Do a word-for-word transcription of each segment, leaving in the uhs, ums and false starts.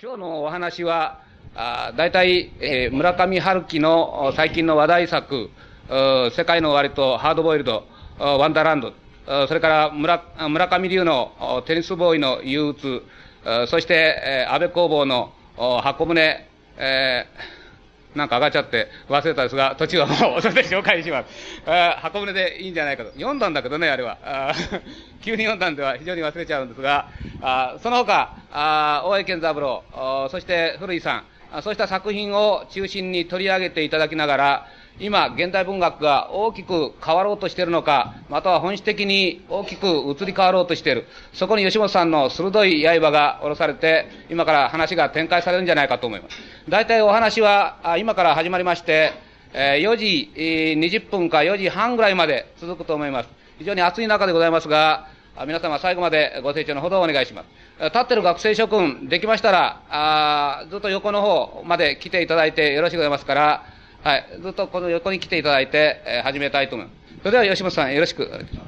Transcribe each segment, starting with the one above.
今日のお話は、あ大体、えー、村上春樹の最近の話題作、世界の終わりとハードボイルド、ワンダーランド、それから村村上龍のテニスボーイの憂鬱、そして、えー、安倍工房の箱舟、えー、なんか上がっちゃって忘れたんですが、途中はもうそれで紹介します。箱舟でいいんじゃないかと。読んだんだけどね、あれは。あ急に読んだんでは非常に忘れちゃうんですが、あその他、あ大江健三郎、そして古井さん、そうした作品を中心に取り上げていただきながら、今、現代文学が大きく変わろうとしているのか、または本質的に大きく移り変わろうとしている。そこに吉本さんの鋭い刃が下ろされて、今から話が展開されるんじゃないかと思います。大体お話は、今から始まりまして、よじにじゅっぷんかよじはんぐらいまで続くと思います。非常に暑い中でございますが、皆様最後までご清聴のほどお願いします。立ってる学生諸君、できましたら、あずっと横の方まで来ていただいてよろしいございますから、はい、ずっとこの横に来ていただいて、えー、始めたいと思います。それでは吉本さん、よろしくお願いします。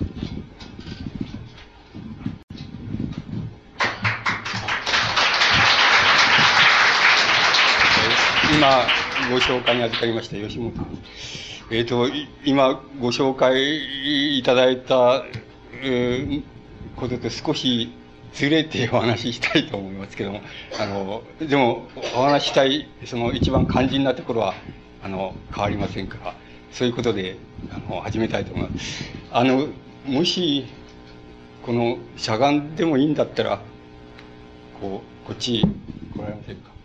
今、ご紹介に預かりました吉本。えっ、ー、と、今、ご紹介いただいた、えー、ことと少しずれてお話ししたいと思いますけども、あの、でも、お話ししたい、その一番肝心なところは、あの、変わりませんから、そういうことで、あの、始めたいと思います。あの、もし、この、しゃがんでもいいんだったら、こう、こっち、来られませんか。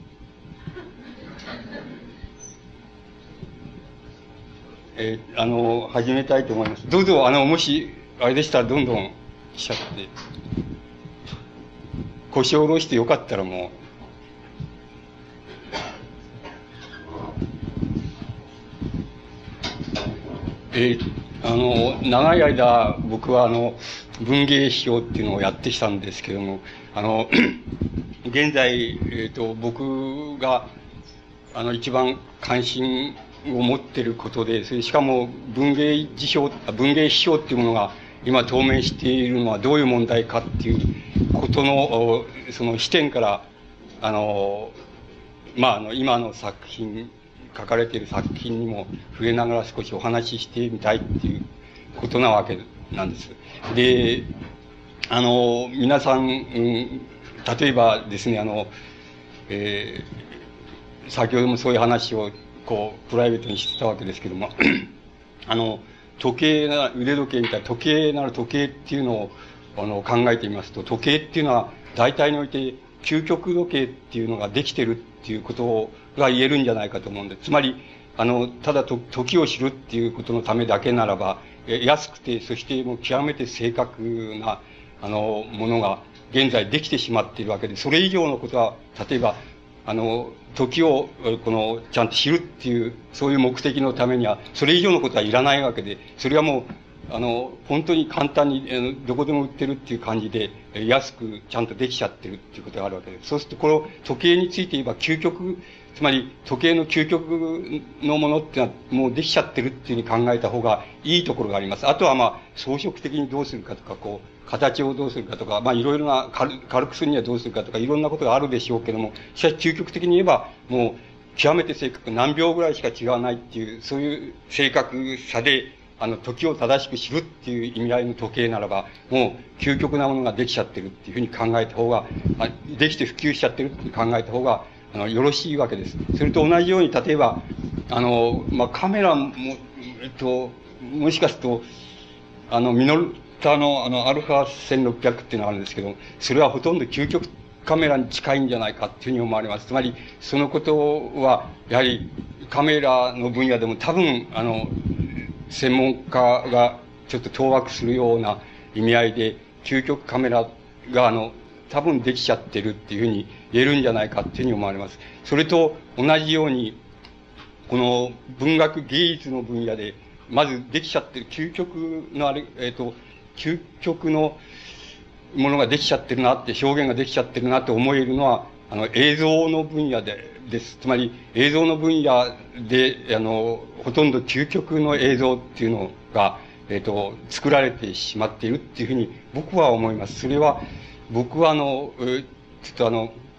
えー、あの、始めたいと思います。どうぞ、あの、もし、あれでしたら、どんどんしちゃって、腰を下ろしてよかったらもう、えー、あの、長い間、僕はあの、文芸批評っていうのをやってきたんですけども、あの、現在、えっと、僕が、あの、一番関心を持っていることで、それしかも文芸辞表、文芸批評っていうものが今当面しているのはどういう問題かっていうことの、その視点から、あの、まあ、あの、今の作品、書かれている作品にも触れながら少しお話ししてみたいっていうことなわけなんです。で、あの、皆さん、うん、例えばですね、あの、えー、先ほどもそういう話を、こう、プライベートにしてたわけですけども、あの、時計な、腕時計みたいな時計なる時計っていうのを、あの、考えてみますと、時計っていうのは、大体において、究極時計っていうのができてるっていうことが言えるんじゃないかと思うんです。つまり、あの、ただと、時を知るっていうことのためだけならば、安くて、そしてもう極めて正確な、あの、ものが現在できてしまっているわけで、それ以上のことは、例えば、あの、時を、この、ちゃんと知るっていう、そういう目的のためには、それ以上のことはいらないわけで、それはもう、あの、本当に簡単に、どこでも売ってるっていう感じで、安くちゃんとできちゃってるっていうことがあるわけです。そうすると、この時計について言えば、究極、つまり、時計の究極のものっていうのは、もうできちゃってるっていうふうに考えた方がいいところがあります。あとは、まあ、装飾的にどうするかとか、こう、形をどうするかとか、まあ、いろいろな、軽、軽くするにはどうするかとか、いろんなことがあるでしょうけども、しかし、究極的に言えば、もう、極めて正確、何秒ぐらいしか違わないっていう、そういう正確さで、あの、時を正しく知るっていう意味合いの時計ならば、もう、究極なものができちゃってるっていうふうに考えた方が、あできて普及しちゃってるって考えた方が、あの、よろしいわけです。それと同じように、例えば、あの、まあ、カメラも、えっと、もしかすると、あの、ミノルタの、あの、アルファせんろっぴゃくっていうのがあるんですけど、それはほとんど究極カメラに近いんじゃないかっていうふうに思われます。つまり、そのことは、やはり、カメラの分野でも多分、あの、専門家がちょっと当惑するような意味合いで、究極カメラが、あの、多分できちゃってるっていうふうに言えるんじゃないかっていうふうに思われます。それと同じように、この文学芸術の分野で、まずできちゃってる究極のあれ、えっと、究極のものができちゃってるなって、表現ができちゃってるなって思えるのは、あの、映像の分野で、です。つまり、映像の分野で、あの、ほとんど究極の映像っていうのが、えっと、作られてしまっているっていうふうに僕は思います。それは、僕はあの、ちょっとあの、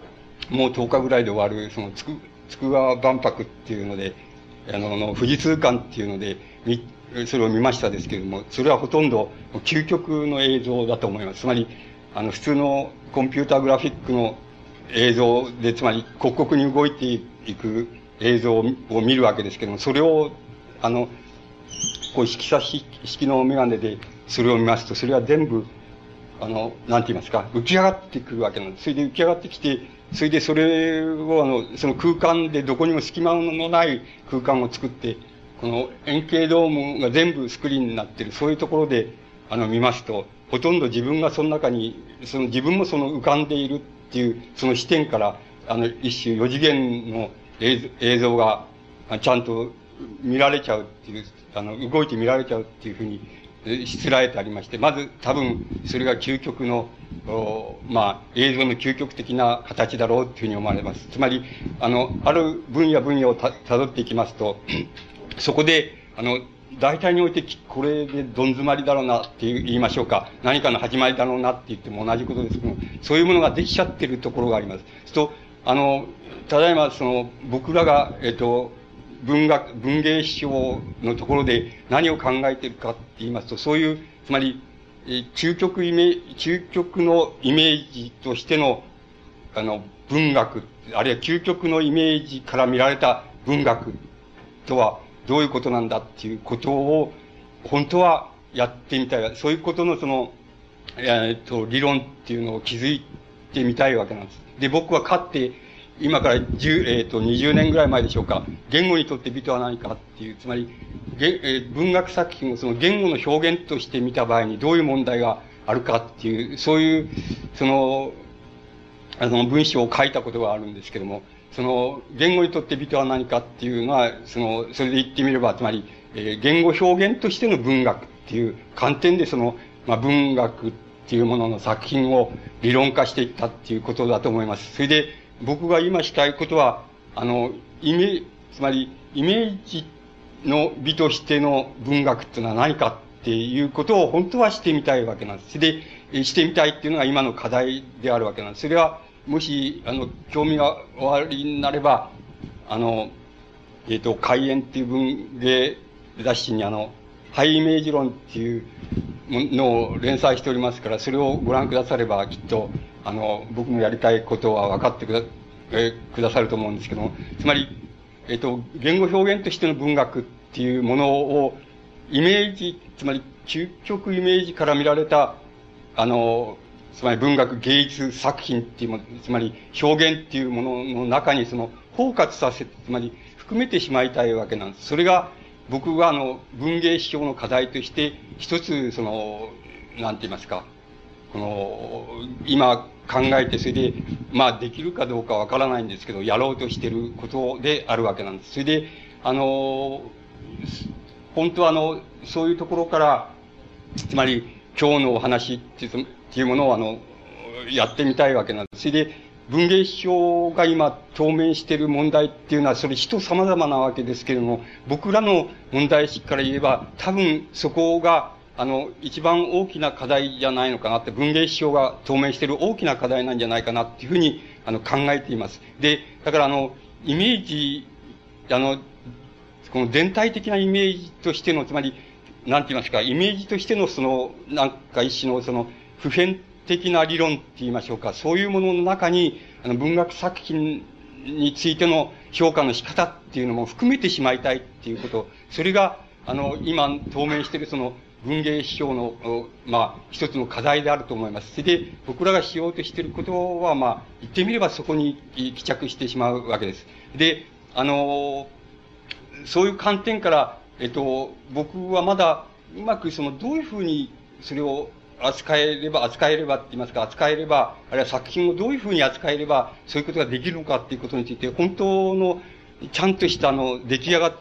もうとおかぐらいで終わる、そのつく、つくば万博っていうので、あの、の富士通館っていうので、み、それを見ましたですけれども、それはほとんど究極の映像だと思います。つまり、あの、普通のコンピューターグラフィックの映像で、つまり刻々に動いていく映像を見るわけですけども、それを、あの、こう色差し式のメガネでそれを見ますと、それは全部、あの、なんて言いますか、浮き上がってくるわけなんです。それで浮き上がってきて、それでそれを、あの、その空間でどこにも隙間のない空間を作って、この円形ドームが全部スクリーンになっている、そういうところで、あの、見ますと、ほとんど自分がその中に、その自分もその浮かんでいるっていう、その視点から、あの、一種四次元の映映像が、ちゃんと見られちゃうっていう、あの、動いて見られちゃうっていうふうに、しつらえてありまして、まず多分、それが究極の、まあ、映像の究極的な形だろうというふうに思われます。つまり、あの、ある分野分野をた、辿っていきますと、そこで、あの、大体において、これでどん詰まりだろうなって言いましょうか。何かの始まりだろうなって言っても同じことですけど、そういうものができちゃってるところがあります。と、あの、ただいま、その、僕らが、えっと、文学、文芸批評のところで何を考えているかって言いますと、そういう、つまり、究極イメージ、究極のイメージとしての、あの、文学、あるいは究極のイメージから見られた文学とはどういうことなんだっていうことを、本当はやってみたい。そういうことのその、えっと、理論っていうのを築いてみたいわけなんです。で、僕はかって、今からじゅう、えっと、にじゅうねんぐらい前でしょうか。言語にとって美とは何かっていう、つまり、げえー、文学作品をその言語の表現として見た場合にどういう問題があるかっていう、そういう、その、あの、文章を書いたことがあるんですけども、その、言語にとって美とは何かっていうのは、その、それで言ってみれば、つまり、えー、言語表現としての文学っていう観点でその、まあ、文学っていうものの作品を理論化していったっていうことだと思います。それで、僕が今したいことは、あの、イメつまり、イメージの美としての文学っていうのは何かっていうことを本当はしてみたいわけなんです。で、してみたいっていうのが今の課題であるわけなんです。それは、もし、あの、興味がおありになれば、あの、えっと、開演っていう文芸雑誌にあの、ハイイメージ論っていうのを連載しておりますから、それをご覧くだされば、きっと、あの、僕のやりたいことは分かってくだ、えー、くださると思うんですけども、つまり、えっと、言語表現としての文学っていうものを、イメージ、つまり、究極イメージから見られた、あの、つまり文学芸術作品っていうもの、つまり表現っていうものの中にその包括させ、つまり含めてしまいたいわけなんです。それが僕はあの文芸批評の課題として一つその、なんて言いますか、この、今考えてそれで、まあできるかどうかわからないんですけど、やろうとしていることであるわけなんです。それで、あの、本当はあの、そういうところから、つまり今日のお話っていう、っていうものをあの、やってみたいわけなんです。それで、文芸批評が今当面している問題っていうのは、それ人様々なわけですけれども、僕らの問題意識から言えば、多分そこが、あの、一番大きな課題じゃないのかなって、文芸批評が当面している大きな課題なんじゃないかなっていうふうに、あの、考えています。で、だからあの、イメージ、あの、この全体的なイメージとしての、つまり、なんて言いますか、イメージとしてのその、なんか一種のその、普遍的な理論って言いましょうか、そういうものの中に、あの、文学作品についての評価の仕方っていうのも含めてしまいたいっていうこと、それが、あの、今、当面しているその、文芸批評の、まあ、一つの課題であると思います。それで、僕らがしようとしていることは、まあ、言ってみればそこに帰着してしまうわけです。で、あの、そういう観点から、えっと、僕はまだ、うまくその、どういうふうにそれを扱えれば、扱えればって言いますか、扱えれば、あるいは作品をどういうふうに扱えれば、そういうことができるのかっていうことについて、本当の、ちゃんとした、あの、出来上がった、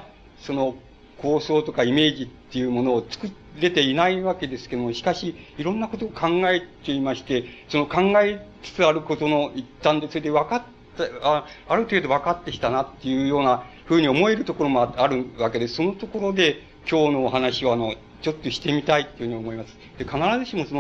その、構想とかイメージっていうものを作れていないわけですけども、しかし、いろんなことを考えていまして、その考えつつあることの一端で、それで分かった、あ、ある程度分かってきたなっていうようなふうに思えるところもあるわけです。そのところで、今日のお話は、あの、ちょっとしてみたいっていうふうに思います。で、必ずしもその、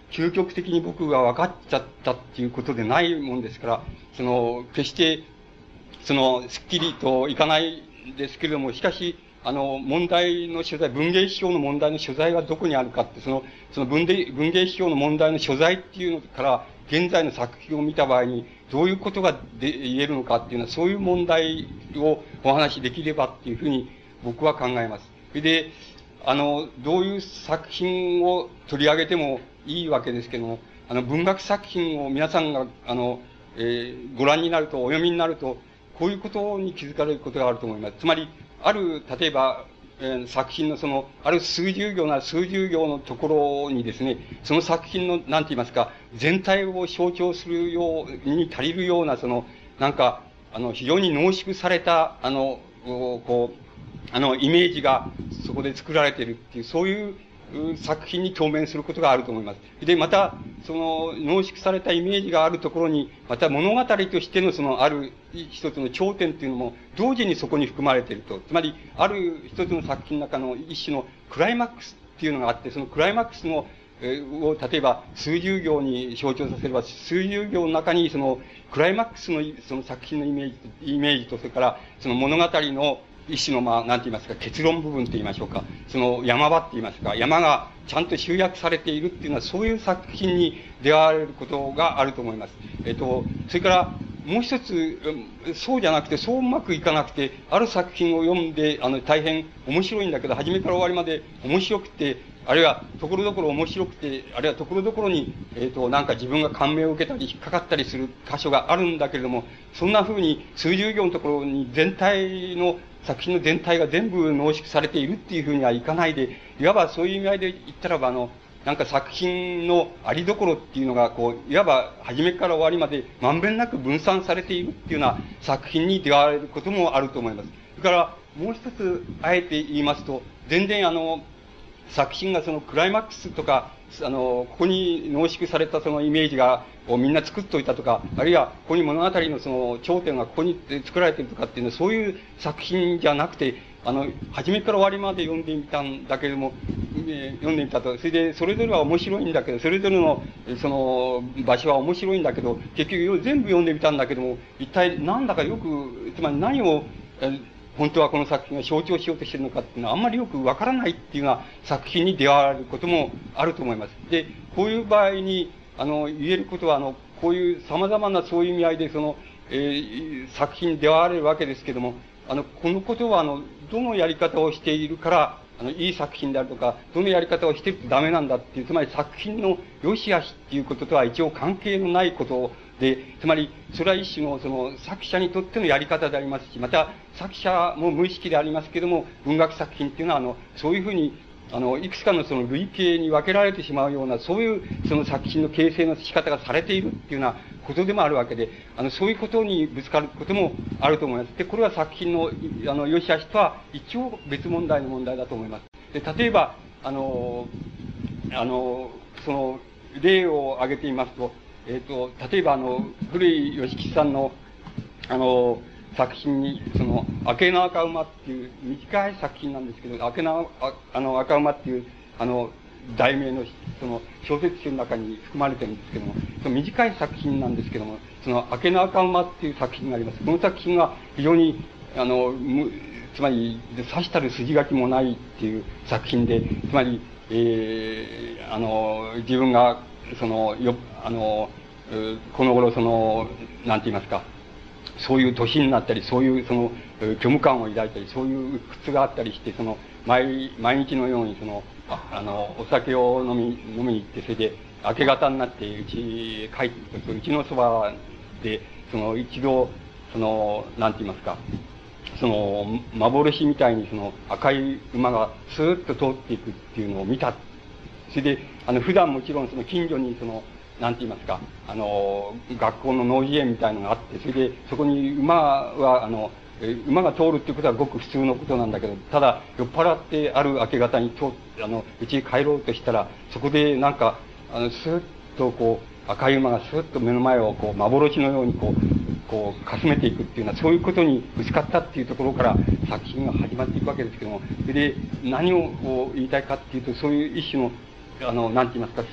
究極的に僕が分かっちゃったっていうことでないもんですから、その、決して、その、すっきりといかないですけれども、しかし、あの、問題の所在、文芸批評の問題の所在はどこにあるかって、その、その文芸、文芸批評の問題の所在っていうのから、現在の作品を見た場合に、どういうことがで言えるのかっていうのは、そういう問題をお話しできればっていうふうに僕は考えます。それで、あの、どういう作品を取り上げてもいいわけですけども、あの、文学作品を皆さんが、あの、えー、ご覧になると、お読みになると、こういうことに気づかれることがあると思います。つまり、ある、例えば、えー、作品のその、ある数十行な数十行のところにですね、その作品の、なんて言いますか、全体を象徴するように足りるような、その、なんか、あの、非常に濃縮された、あの、こう、あの、イメージがそこで作られているっていう、そういう作品に当面することがあると思います。で、また、その、濃縮されたイメージがあるところに、また物語としてのその、ある一つの頂点っていうのも、同時にそこに含まれていると。つまり、ある一つの作品の中の一種のクライマックスっていうのがあって、そのクライマックスの、えを、例えば、数十行に象徴させれば、数十行の中に、その、クライマックスの、その作品のイメージ、イメージと、それから、その物語の、一種の、まあ、なんて言いますか、結論部分と言いましょうか。その山場って言いますか、山がちゃんと集約されているっていうのは、そういう作品に出会われることがあると思います。えっと、それから、もう一つ、そうじゃなくて、そううまくいかなくて、ある作品を読んで、あの、大変面白いんだけど、初めから終わりまで面白くて、あるいは、ところどころ面白くて、あるいはところどころに、えっと、なんか自分が感銘を受けたり、引っかかったりする箇所があるんだけれども、そんな風に数十行のところに全体の、作品の全体が全部濃縮されているっていうふうにはいかないで、いわばそういう意味合いで言ったらば、あの、なんか作品のありどころっていうのが、こう、いわば初めから終わりまでまんべんなく分散されているっていうような作品に出会われることもあると思います。それから、もう一つ、あえて言いますと、全然あの、作品がそのクライマックスとか、あの、ここに濃縮されたそのイメージが、をみんな作っておいたとか、あるいは、ここに物語のその頂点がここに作られているとかっていうのは、そういう作品じゃなくて、あの、初めから終わりまで読んでみたんだけれども、えー、読んでみたと。それで、それぞれは面白いんだけど、それぞれの、その、場所は面白いんだけど、結局全部読んでみたんだけども、一体なんだかよく、つまり何を、えー本当はこの作品が象徴しようとしているのかっていうのはあんまりよくわからないっていうような作品に出会われることもあると思います。で、こういう場合に、あの、言えることは、あの、こういう様々なそういう意味合いで、その、えー、作品に出会われるわけですけども、あの、このことは、あの、どのやり方をしているから、あの、いい作品であるとか、どのやり方をしてるとダメなんだっていう、つまり作品の良し悪しっていうこととは一応関係のないことで、つまり、それは一種の、その、作者にとってのやり方でありますし、また、作者も無意識でありますけれども、文学作品っていうのは、あの、そういうふうに、あの、いくつかのその類型に分けられてしまうような、そういう、その作品の形成の仕方がされているっていうようなことでもあるわけで、あの、そういうことにぶつかることもあると思います。で、これは作品の、あの、良し悪しとは一応別問題の問題だと思います。で、例えば、あの、あの、その、例を挙げてみますと、えっと、例えばあの、古い吉吉さんの、あの、作品に、その、明けの赤馬っていう短い作品なんですけど、明けの、ああの、赤馬っていう、あの、題名の、その、小説集の中に含まれてるんですけども、その短い作品なんですけども、その、明けの赤馬っていう作品があります。この作品は非常に、あの、つまり、さしたる筋書きもないっていう作品で、つまり、えー、あの、自分が、その、よ、あの、この頃その、なんて言いますか、そういう年になったり、そういうその、虚無感を抱いたり、そういう苦痛があったりして、その、毎、毎日のようにその、ああの、お酒を飲み、飲みに行って、それで、明け方になって、うち、帰ってくると、うちのそばで、その、一度、その、なんて言いますか、その、幻みたいにその、赤い馬がスーッと通っていくっていうのを見た。それで、あの、普段もちろんその近所にその、なんて言いますか、あの、学校の農事園みたいのがあって、それで、そこに馬は、あの、馬が通るっていうことはごく普通のことなんだけど、ただ、酔っ払ってある明け方に通あの、うちに帰ろうとしたら、そこでなんか、あの、スーッとこう、赤い馬がスーッと目の前をこう、幻のようにこう、こう、かすめていくっていうのは、そういうことにぶつかったっていうところから作品が始まっていくわけですけども、それで、何をこう言いたいかっていうと、そういう一種の、あの、なんて言いますか、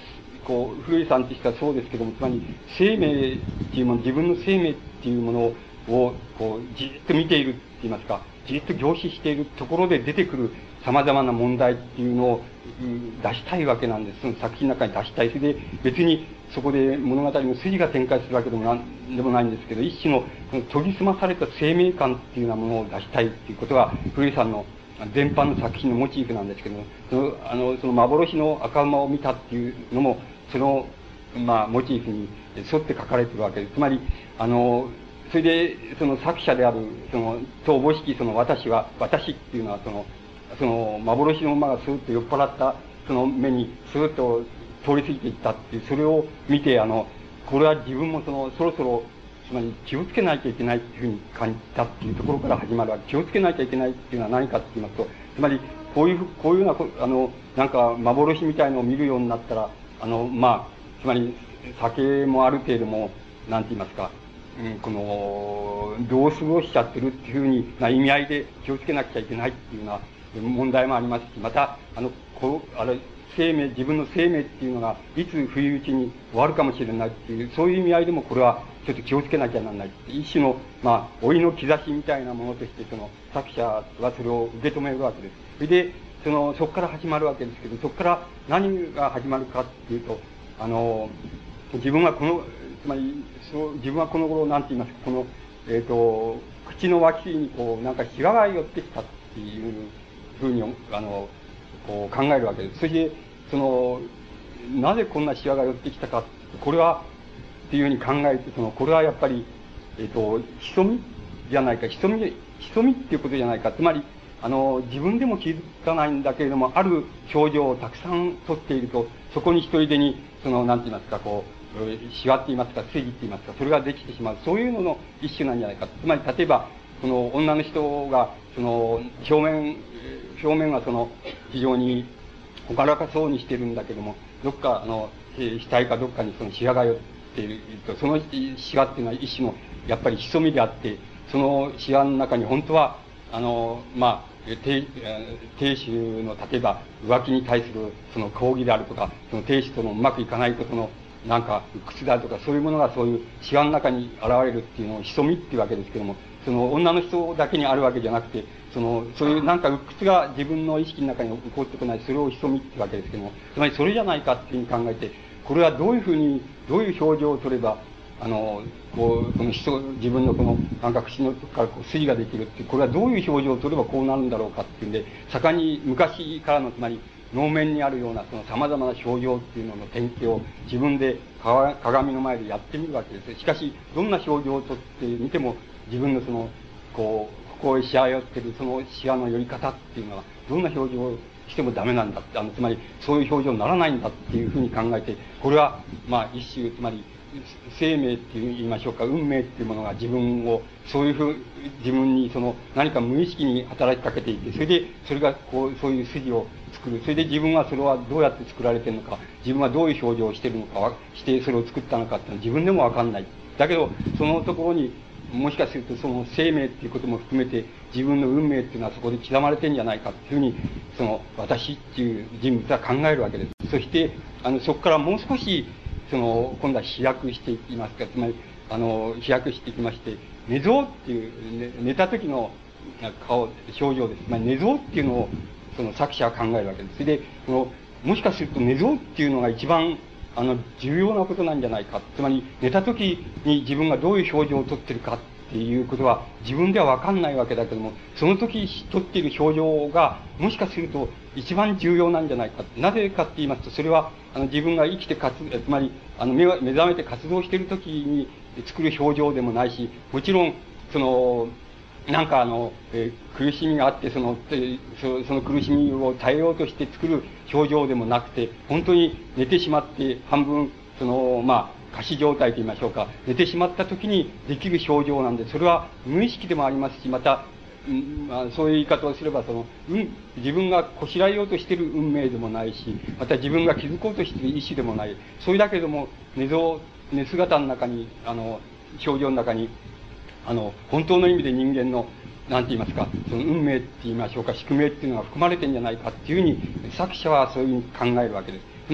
こう、古井さんとしてはそうですけども、つまり、生命っていうもの、自分の生命っていうものを、こう、じっと見ているって言いますか、じっと凝視しているところで出てくる様々な問題っていうのを、うん、出したいわけなんです。その作品の中に出したい。それで、別にそこで物語の筋が展開するわけでもなんでもないんですけど、一種の、研ぎ澄まされた生命感っていうようなものを出したいっていうことが、古井さんの全般の作品のモチーフなんですけども、その、あの、その幻の赤馬を見たっていうのも、その、まあ、モチーフに沿って書かれているわけです。つまり、あの、それで、その作者である、その、とおぼしきその私は、私っていうのは、その、その、幻の馬がスーッと酔っ払った、その目に、スーッと通り過ぎていったっていう、それを見て、あの、これは自分もその、そろそろ、つまり気をつけなきゃいけないっていうふうに感じたっていうところから始まるわけ。気をつけなきゃいけないっていうのは何かって言いますと、つまり、こういう、こういうような、あの、なんか、幻みたいのを見るようになったら、あの、まあ、つまり、酒もある程度も、なんて言いますか、うん、この、どう過ごしちゃってるっていうふうにな意味合いで気をつけなきゃいけないっていうような問題もありますし、また、あの、こう、あれ、生命、自分の生命っていうのが、いつ不意打ちに終わるかもしれないっていう、そういう意味合いでもこれは、ちょっと気をつけなきゃならない。一種の、まあ、老いの兆しみたいなものとして、その、作者はそれを受け止めるわけです。それで、その、そこから始まるわけですけど、そこから何が始まるかっていうと、あの、自分はこの、つまり、そう、自分はこの頃、なんて言いますか、この、えっと、口の脇にこう、なんかシワが寄ってきたっていうふうに、あの、こう考えるわけです。そして、その、なぜこんなシワが寄ってきたか、これは、っていうふうに考えて、その、これはやっぱり、えっと、潜みじゃないか、潜み、潜みっていうことじゃないか。つまり、あの、自分でも気づかないんだけれども、ある表情をたくさん撮っていると、そこに一人でに、その、なんて言いますか、こう、シワって言いますか、筋って言いますか、それができてしまう。そういうのの一種なんじゃないか。つまり、例えば、その、女の人が、その、表面、表面はその、非常に、ほからかそうにしてるんだけども、どっか、あの、額かどっかにそのシワが寄っていると、そのシワっていうのは一種の、やっぱり潜みであって、そのシワの中に本当は、あの、まあ、亭主の、例えば、浮気に対する、その抗議であるとか、その亭主とのうまくいかないことの、なんか、鬱屈であるとか、そういうものがそういうシワの中に現れるっていうのを潜みっていうわけですけども、その女の人だけにあるわけじゃなくて、その、そういうなんか鬱屈が自分の意識の中に起こってこない、それを潜みっていうわけですけども、つまりそれじゃないかっていうふうに考えて、これはどういうふうに、どういう表情を取れば、あの、こう、この人、自分のこの、なんか口のとこからこう筋ができるっていう、これはどういう表情を取ればこうなるんだろうかっていうんで、盛んに昔からの、つまり、能面にあるような、その様々な表情っていうのの典型を自分で鏡の前でやってみるわけです。しかし、どんな表情をとってみても、自分のその、こう、ここへしわ寄ってる、そのしわの寄り方っていうのは、どんな表情をしてもダメなんだって、あの、つまり、そういう表情にならないんだっていうふうに考えて、これは、まあ、一種、つまり、生命って言いましょうか、運命っていうものが自分を、そういうふう、自分にその、何か無意識に働きかけていて、それで、それがこう、そういう筋を作る。それで自分はそれはどうやって作られてるのか、自分はどういう表情をしてるのか、して、それを作ったのかっていうのは自分でもわかんない。だけど、そのところに、もしかするとその生命っていうことも含めて、自分の運命っていうのはそこで刻まれてんじゃないかっていうふうに、その、私っていう人物は考えるわけです。そして、あの、そこからもう少し、その、今度は飛躍していきますか、つまり、あの、飛躍していきまして、寝相っていう、ね、寝た時の顔、表情です。つまり寝相っていうのを、その作者は考えるわけです。それで、その、もしかすると寝相っていうのが一番、あの、重要なことなんじゃないか。つまり、寝た時に自分がどういう表情をとってるかっていうことは、自分ではわかんないわけだけども、その時とっている表情が、もしかすると一番重要なんじゃないか。なぜかって言いますと、それは、あの、自分が生きて活、つまり、あの、目が、目覚めて活動している時に作る表情でもないし、もちろん、その、なんかあの、えー、苦しみがあって、その、えー、そ、その苦しみを耐えようとして作る表情でもなくて、本当に寝てしまって、半分、その、まあ、仮死状態と言いましょうか、寝てしまった時にできる表情なんで、それは無意識でもありますし、また、うんまあ、そういう言い方をすれば、その、うん、自分がこしらえようとしている運命でもないし、また自分が気づこうとしている意志でもない。それだけども、寝相、寝姿の中に、あの、表情の中に、あの、本当の意味で人間の、なんて言いますか、その運命って言いましょうか、宿命っていうのが含まれてんじゃないかっていうふうに、作者はそういうふうに考えるわけです。つまり、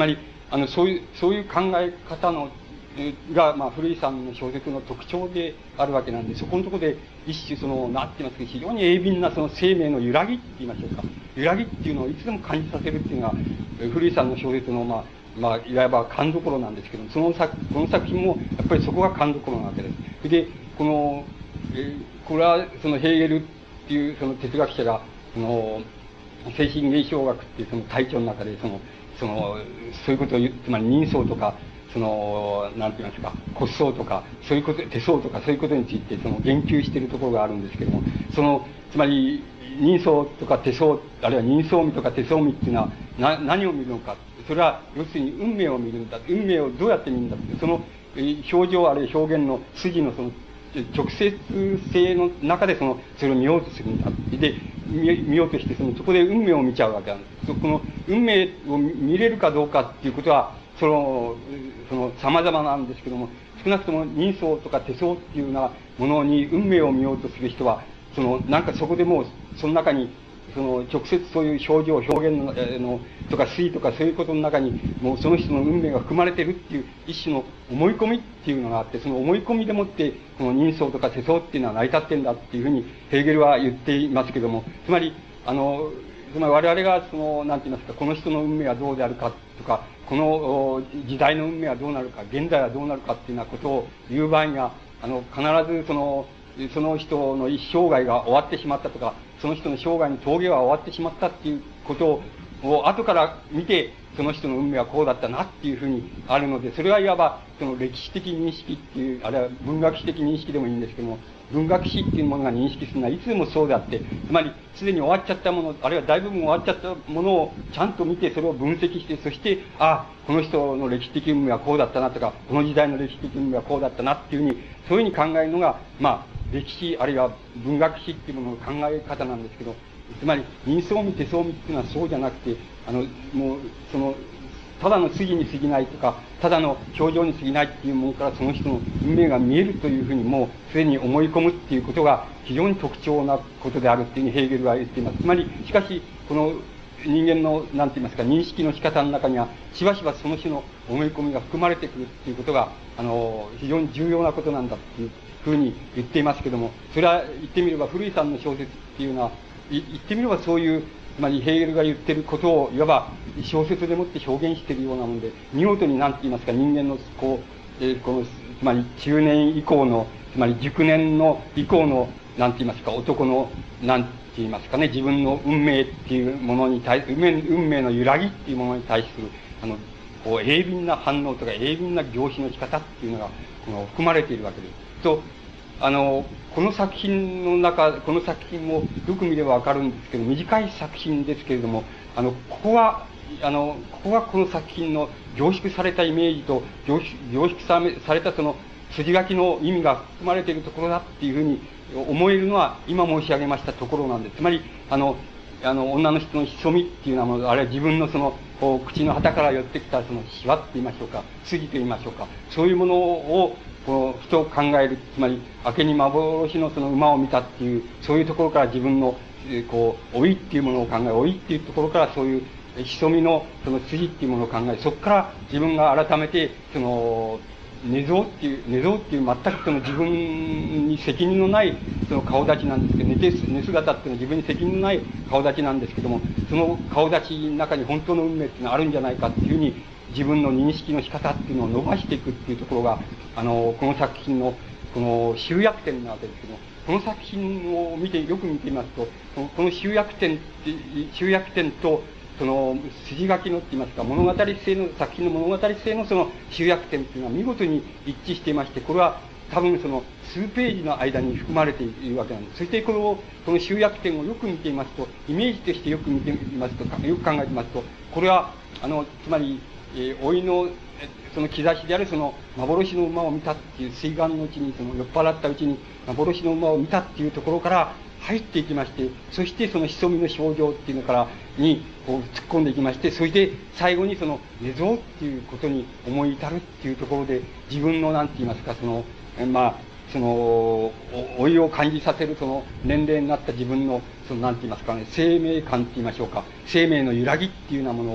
あの、そういう、そういう考え方の、が、まあ、古井さんの小説の特徴であるわけなんで、そこのところで一種その、なんて言いますか、非常に鋭敏なその生命の揺らぎって言いましょうか。揺らぎっていうのをいつでも感じさせるっていうのが、古井さんの小説の、まあ、まあ、いわば勘どころなんですけども、その作、この作品も、やっぱりそこが勘どころなわけです。で、この、えこれは、そのヘーゲルっていうその哲学者が、その、精神現象学っていうその体調の中で、その、その、そういうことを言う、つまり人相とか、その、なんて言いますか、骨相とか、そういうこと、手相とか、そういうことについて、その、言及しているところがあるんですけども、その、つまり、人相とか手相、あるいは人相味とか手相味っていうのは、な、何を見るのか。それは、要するに運命を見るんだ。運命をどうやって見るんだって、その、表情あるいは表現の筋のその、直接性の中でその、それを見ようとするんだ。で、見、見ようとして、その、そこで運命を見ちゃうわけなんです。この、運命を見れるかどうかっていうことは、その、その、様々なんですけども、少なくとも人相とか手相っていうようなものに運命を見ようとする人は、その、なんかそこでもう、その中に、その、直接そういう表情、表現の、えー、の、とか推とかそういうことの中に、もうその人の運命が含まれているっていう一種の思い込みっていうのがあって、その思い込みでもって、この人相とか手相っていうのは成り立ってんだっていうふうに、ヘーゲルは言っていますけども、つまり、あの、つまり我々がその、なんて言いますか、この人の運命はどうであるかとか、この時代の運命はどうなるか、現在はどうなるかっていうようなことを言う場合には、あの、必ずその、その人の一生涯が終わってしまったとか、その人の生涯の峠は終わってしまったっていうことを後から見て、その人の運命はこうだったなっていうふうにあるので、それはいわばその歴史的認識っていう、あるいは文学史的認識でもいいんですけども、文学史っていうものが認識するのはいつでもそうであって、つまりすでに終わっちゃったもの、あるいは大部分終わっちゃったものをちゃんと見て、それを分析して、そして、あ、この人の歴史的運命はこうだったなとか、この時代の歴史的運命はこうだったなっていうふうに、そういうふうに考えるのが、まあ、歴史あるいは文学史っていうものの考え方なんですけど、つまり人相味手相味っていうのはそうじゃなくて、あの、もう、その、ただの筋に過ぎないとか、ただの表情に過ぎないっていうものからその人の運命が見えるというふうにもうすでに思い込むっていうことが非常に特徴なことであるっていうふうにヘーゲルは言っています。つまり、しかし、この人間の、なんて言いますか、認識の仕方の中には、しばしばその種の思い込みが含まれてくるっていうことが、あの、非常に重要なことなんだっていうふうに言っていますけども、それは言ってみれば古井さんの小説っていうのは、言ってみればそういう、つまりヘーゲルが言ってることを、いわば小説でもって表現しているようなもので、見事に何て言いますか、人間の、こう、えー、この、つまり中年以降の、つまり熟年の以降の、なんて言いますか、男の、なんて言いますかね、自分の運命っていうものに対する、運命、運命の揺らぎっていうものに対する、あの、こう、鋭敏な反応とか、鋭敏な凝視の仕方っていうのが、この、含まれているわけです。と、あの、この作品の中、この作品もよく見ればわかるんですけど、短い作品ですけれども、あの、ここは、あの、ここがこの作品の凝縮されたイメージと、凝縮、凝縮されされたその筋書きの意味が含まれているところだっていうふうに思えるのは、今申し上げましたところなんです。つまり、あの、あの、女の人の潜みっていうのはもの、あるいは自分のその、こう、口の旗から寄ってきたそのシワって言いましょうか、筋と言いましょうか、そういうものを、こう、ふと考える、つまり、明けに幻のその馬を見たっていう、そういうところから自分の、えー、こう、老いっていうものを考え、老いっていうところからそういう、潜みのその筋っていうものを考え、そこから自分が改めて、その、寝相っていう、寝相っていう全くその自分に責任のないその顔立ちなんですけど、寝て、寝姿っていうのは自分に責任のない顔立ちなんですけども、その顔立ちの中に本当の運命っていうのがあるんじゃないかっていうふうに、自分の認識の仕方っていうのを伸ばしていくっていうところが、あの、この作品の、この集約点なわけですけども、この作品を見て、よく見てみますと、この集約点って、集約点と、その、筋書きのって言いますか、物語性の、作品の物語性のその集約点っていうのは見事に一致していまして、これは多分その数ページの間に含まれているわけなんです。そしてこの、この集約点をよく見てみますと、イメージとしてよく見てみますと、よく考えてみますと、これは、あの、つまり、えー、老いの、その兆しであるその幻の馬を見たっていう水眼のうちに、その酔っ払ったうちに幻の馬を見たっていうところから入っていきまして、そしてその潜みの症状っていうのからにこう突っ込んでいきまして、そして最後にその寝相っていうことに思い至るっていうところで、自分のなんて言いますか、その、まあ、その、老いを感じさせるその年齢になった自分の、そのなんて言いますかね、生命感って言いましょうか、生命の揺らぎっていうようなものを、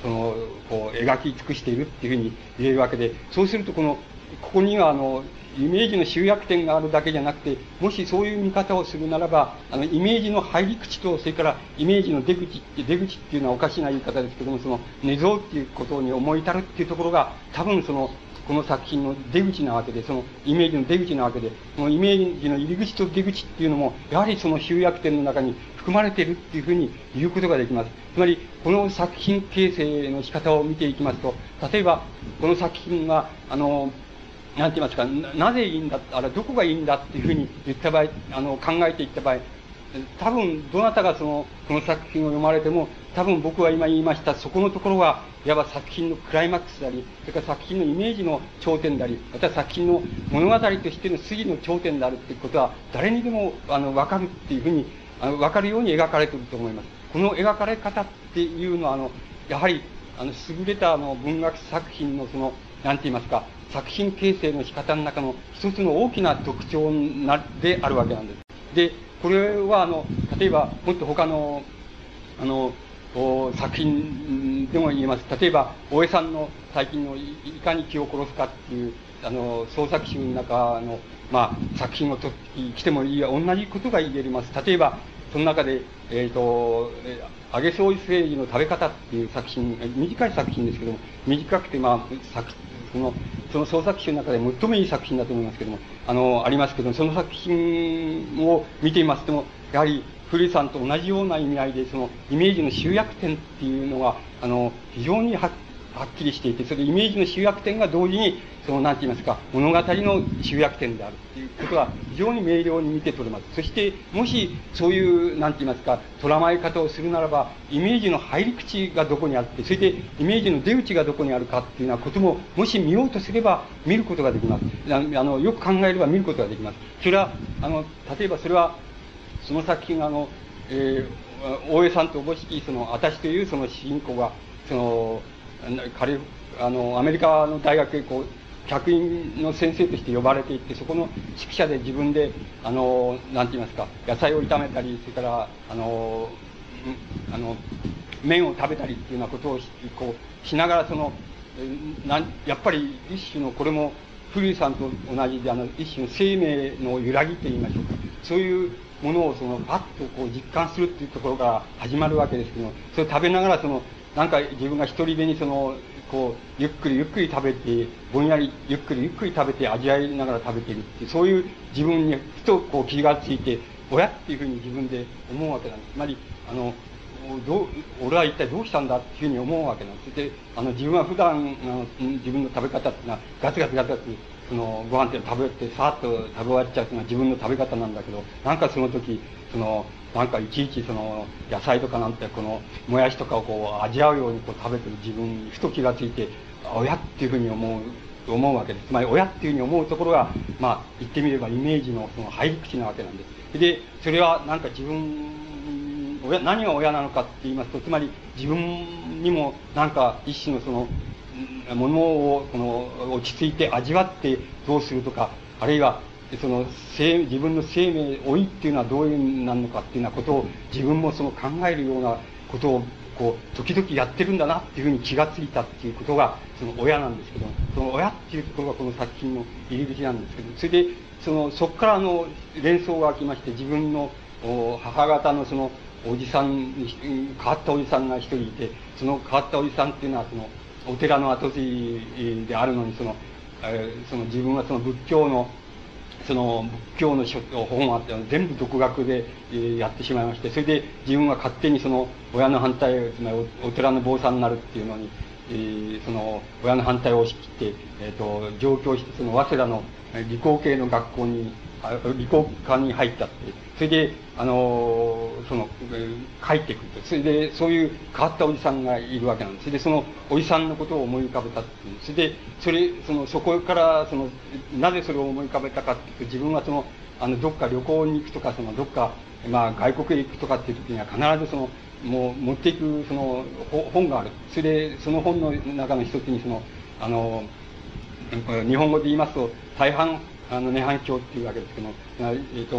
その、こう、描き尽くしているっていうふうに言えるわけで、そうするとこの、ここにはあの、イメージの集約点があるだけじゃなくて、もしそういう見方をするならば、あの、イメージの入り口と、それからイメージの出口って、出口っていうのはおかしな言い方ですけども、その、寝相っていうことに思い至るっていうところが、多分その、この作品の出口なわけで、そのイメージの出口なわけで、このイメージの入り口と出口っていうのも、やはりその集約点の中に含まれているっていうふうに言うことができます。つまり、この作品形成の仕方を見ていきますと、例えば、この作品は、あの、なんて言いますか、な、なぜいいんだ、あれ、どこがいいんだっていうふうに言った場合、あの、考えていった場合、多分、どなたがその、この作品を読まれても、多分僕は今言いました、そこのところは、いわば作品のクライマックスであり、それから作品のイメージの頂点であり、また作品の物語としての筋の頂点であるっていうことは、誰にでも、あの、わかるっていうふうに、あの、わかるように描かれていると思います。この描かれ方っていうのは、あの、やはり、あの、優れたあの、文学作品のその、なんて言いますか、作品形成の仕方の中の一つの大きな特徴な、であるわけなんです。で、これはあの、例えば、もっと他の、あの、作品でも言えます。例えば、大江さんの最近のいかに気を殺すかっていう、あの、創作集の中の、まあ、作品をと来てもいいや、同じことが言えます。例えば、その中で、えっ、ー、と、揚げ掃除政治の食べ方っていう作品、短い作品ですけども、短くて、まあ、作その、その創作集の中で最もいい作品だと思いますけども、あの、ありますけども、その作品を見ていますとも、やはり、古井さんと同じような意味合いで、その、イメージの集約点っていうのは、あの、非常にはっはっきりしていて、それイメージの集約点が同時に、その、なんて言いますか、物語の集約点であるっていうことは非常に明瞭に見て取れます。そして、もし、そういう、なんて言いますか、捉まえ方をするならば、イメージの入り口がどこにあって、それで、イメージの出口がどこにあるかっていうようなことも、もし見ようとすれば、見ることができます。あの、よく考えれば見ることができます。それは、あの、例えばそれは、その作品、あの、えー、大江さんとおぼしき、その、私というその主人公が、その、彼、あの、アメリカの大学へこう、客員の先生として呼ばれていって、そこの宿舎で自分で、あの、なんて言いますか、野菜を炒めたり、それから、あの、あの、麺を食べたりっていうようなことをこう、しながら、その、なん、やっぱり一種の、これも、古井さんと同じで、あの、一種の生命の揺らぎと言いましょうか。そういうものを、その、パッとこう、実感するっていうところから始まるわけですけども、それを食べながら、その、なんか自分が一人でにその、こう、ゆっくりゆっくり食べて、ぼんやりゆっくりゆっくり食べて味わいながら食べているっていう、そういう自分にふとこう気がついて、親っていうふうに自分で思うわけなんです。つまり、あの、どう、俺は一体どうしたんだっていうふうに思うわけなんです。で、あの、自分は普段、あの、自分の食べ方っていうのは、ガツガツガツガツ、その、ご飯って食べて、さーっと食べ終わっちゃうっていうのは自分の食べ方なんだけど、なんかその時、その、なんかいちいちその野菜とかなんてこのもやしとかをこう味わうようにこう食べてる自分にふと気がついて、親っていうふうに思う、思うわけです。つまり親っていうふうに思うところが、まあ言ってみればイメージのその入り口なわけなんです。で、それはなんか自分、親、何が親なのかって言いますと、つまり自分にもなんか一種のその、ものをこの落ち着いて味わってどうするとか、あるいはその生自分の生命老いっていうのはどういうなのかっていうようなことを自分もその考えるようなことをこう時々やってるんだなっていうふうに気がついたっていうことがその親なんですけど、その親っていうところがこの作品の入り口なんですけど、それでそのそこからの連想が湧きまして、自分の母方のそのおじさんに変わったおじさんが一人いて、その変わったおじさんっていうのはそのお寺の跡地であるのに、その、えー、その自分はその仏教のその仏教の書本があって全部独学で、えー、やってしまいまして、それで自分は勝手にその親の反対、つまり お, お寺の坊さんになるっていうのに、えー、その親の反対を押し切って、えー、と上京してその早稲田の理工系の学校に理工科に入ったって、それであのー、その、えー、帰ってくると、それでそういう変わったおじさんがいるわけなんです。それでそのおじさんのことを思い浮かべたっていう、それでそれそのそこからそのなぜそれを思い浮かべたかっていうと、自分はそのあのどっか旅行に行くとか、そのどっかまあ外国へ行くとかっていう時には必ずそのもう持っていくその本がある。それでその本の中の一つにそのあの日本語で言いますと大半あの涅槃経っていうわけですけども、えっと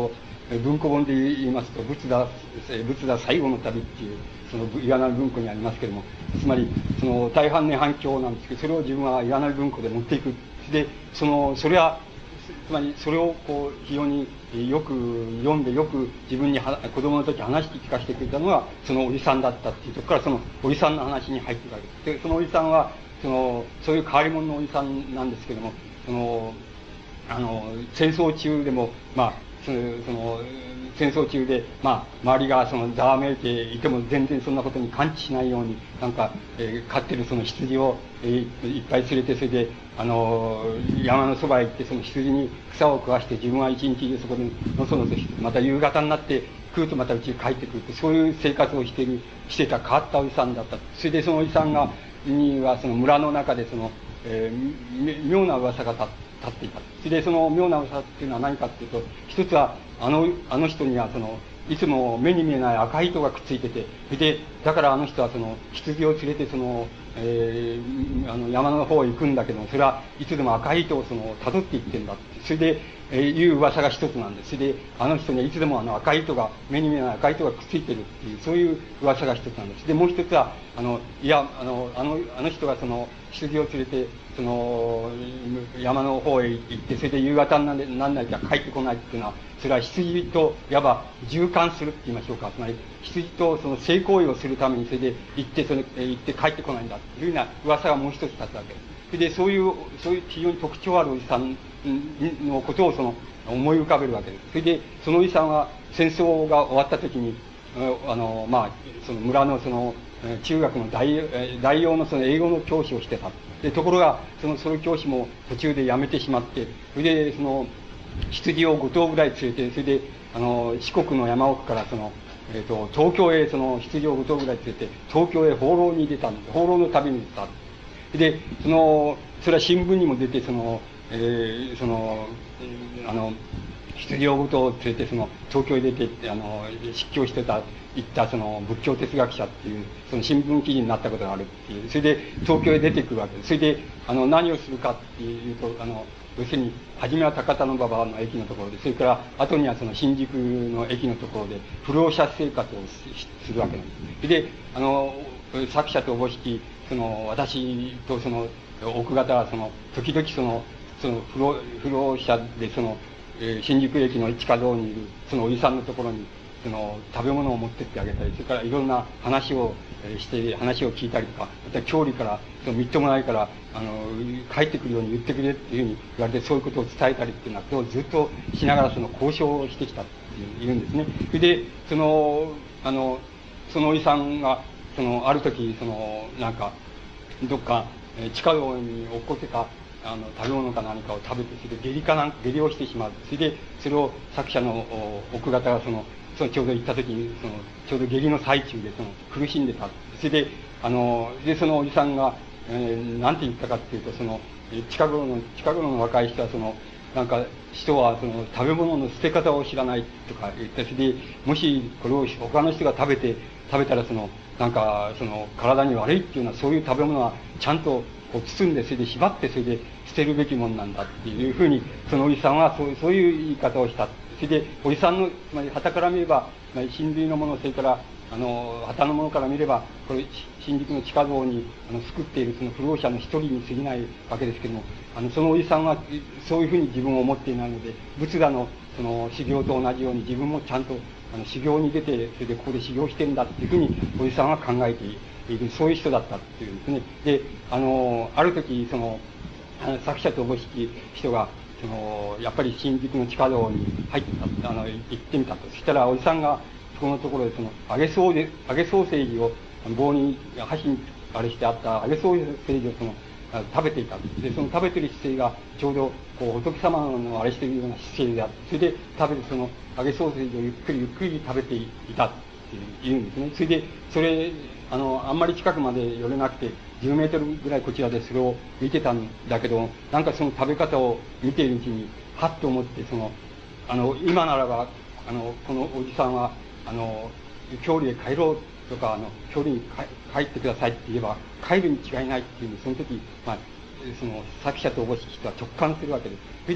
文庫本で言いますと、仏陀、仏陀最後の旅っていう、その岩波文庫にありますけれども、つまり、その大半涅槃経なんですけど、それを自分は岩波文庫で持っていく。で、その、それは、つまりそれをこう非常によく読んでよく自分には子供の時話して聞かせてくれたのがそのおじさんだったっていうところからそのおじさんの話に入っていくわけです。でそのおじさんはそのそういう変わり者のおじさんなんですけども、そのあの戦争中でもまあそのその戦争中で、まあ、周りがそのざわめいていても全然そんなことに感知しないようになんか、えー、飼ってるその羊を、えー、いっぱい連れてそれであの山のそばへ行ってその羊に草を食わして自分は一日中そこでのそのそしてまた夕方になって食うとまた家に帰ってくるってそういう生活をしているしてた変わったおじさんだった。それでそのおじさんがにはその村の中でその、えー、妙な噂が立って立っていた。それでその妙な噂っていうのは何かっていうと、一つはあのあの人にはそのいつも目に見えない赤い糸がくっついてて、それでだからあの人はその羊を連れてその、えー、あの山の方へ行くんだけども、それはいつでも赤い糸をその辿っていってんだって、それで、えー、いう噂が一つなんです。それであの人にはいつでもあの赤い糸が目に見えない赤い糸がくっついてるっていうそういう噂が一つなんです。でもう一つはあのいやあのあのあの人がその羊を連れてその山の方へ行ってそれで夕方になんないから帰ってこないっていうのはそれは羊といわば循環するって言いましょうか、つまり羊とその性行為をするためにそれで行ってそれ行って帰ってこないんだっていうような噂がもう一つ立つわけです。それでそういうそういう非常に特徴あるおじさんのことをその思い浮かべるわけです。それでそのおじさんは戦争が終わった時にあのまあその村のその中学の大大用のその英語の教師をしてた。でところがそのその教師も途中で辞めてしまって、それでその羊をご頭ぐらい連れて、それであの四国の山奥からその、えー、と東京へその羊をご頭ぐらい連れて東京へ放浪に出たんで、放浪の旅に出た。でそのそれは新聞にも出てその、えー、そのあの羊をご頭を連れてその東京へ出てあの失教してた行ったその仏教哲学者っていうその新聞記事になったことがあるっていう、それで東京へ出てくるわけです。それであの何をするかっていうと、あの要するに初めは高田馬場の駅のところで、それから後にはその新宿の駅のところで不老者生活をするわけなんです。であの作者とおぼしきその私とその奥方はその時々そのその不老不老者でその、えー、新宿駅の地下道にいるそのおじさんのところにその食べ物を持ってってあげたり、それからいろんな話をして話を聞いたりとか、また郷里からそのみっともないからあの帰ってくるように言ってくれっていうふうに言われて、そういうことを伝えたりっていうのはずっとしながらその交渉をしてきたっていうんですね。それでそのあのそのおじさんがそのある時そのなんかどっか地下道に落っこってたあの食べ物か何かを食べて、それで下痢かなん下痢をしてしまう。それでそれを作者の奥方がそのそのちょうど行った時にそのちょうど下痢の最中でその苦しんでた。それであのでそのおじさんが、えー、なんて言ったかっていうと、その近頃の近頃の若い人はそのなんか人はその食べ物の捨て方を知らないとか言って、それでもしこれを他の人が食べて食べたらそのなんかその体に悪いっていうのは、そういう食べ物はちゃんとこう包んでそれで縛ってそれで捨てるべきものなんだっていうふうにそのおじさんはそうそういう言い方をした。それでおじさんのつまり傍から見れば親類のもの、それからあの旗のものから見ればこれ新宿の地下道にあの救っているその不老者の一人に過ぎないわけですけども、あのそのおじさんはそういうふうに自分を思っていないので、仏陀のその修行と同じように自分もちゃんとあの修行に出て、それでここで修行してるんだっていうふうにおじさんは考えている、そういう人だったっていうんですね。であのある時その作者とおぼしき人がそのやっぱり新宿の地下道に入ったあの行ってみたと。そしたらおじさんがそこのところでその揚げそうで揚げソーセージを棒に箸にあれしてあった揚げソーセージをその食べていた。でその食べてる姿勢がちょうどこう仏様のあれしているような姿勢であって、それで食べてその揚げソーセージをゆっくりゆっくり食べていたっていうんですね。それでそれあのあんまり近くまで寄れなくてじゅうメートルぐらいこちらでそれを見てたんだけど、なんかその食べ方を見ているうちにはっと思って、そのあの今ならばあのこのおじさんはあの郷里へ帰ろうとかあの郷里に帰ってくださいって言えば帰るに違いないっていうふうにその時、まあ、その作者とおぼしき人は直感するわけです。それで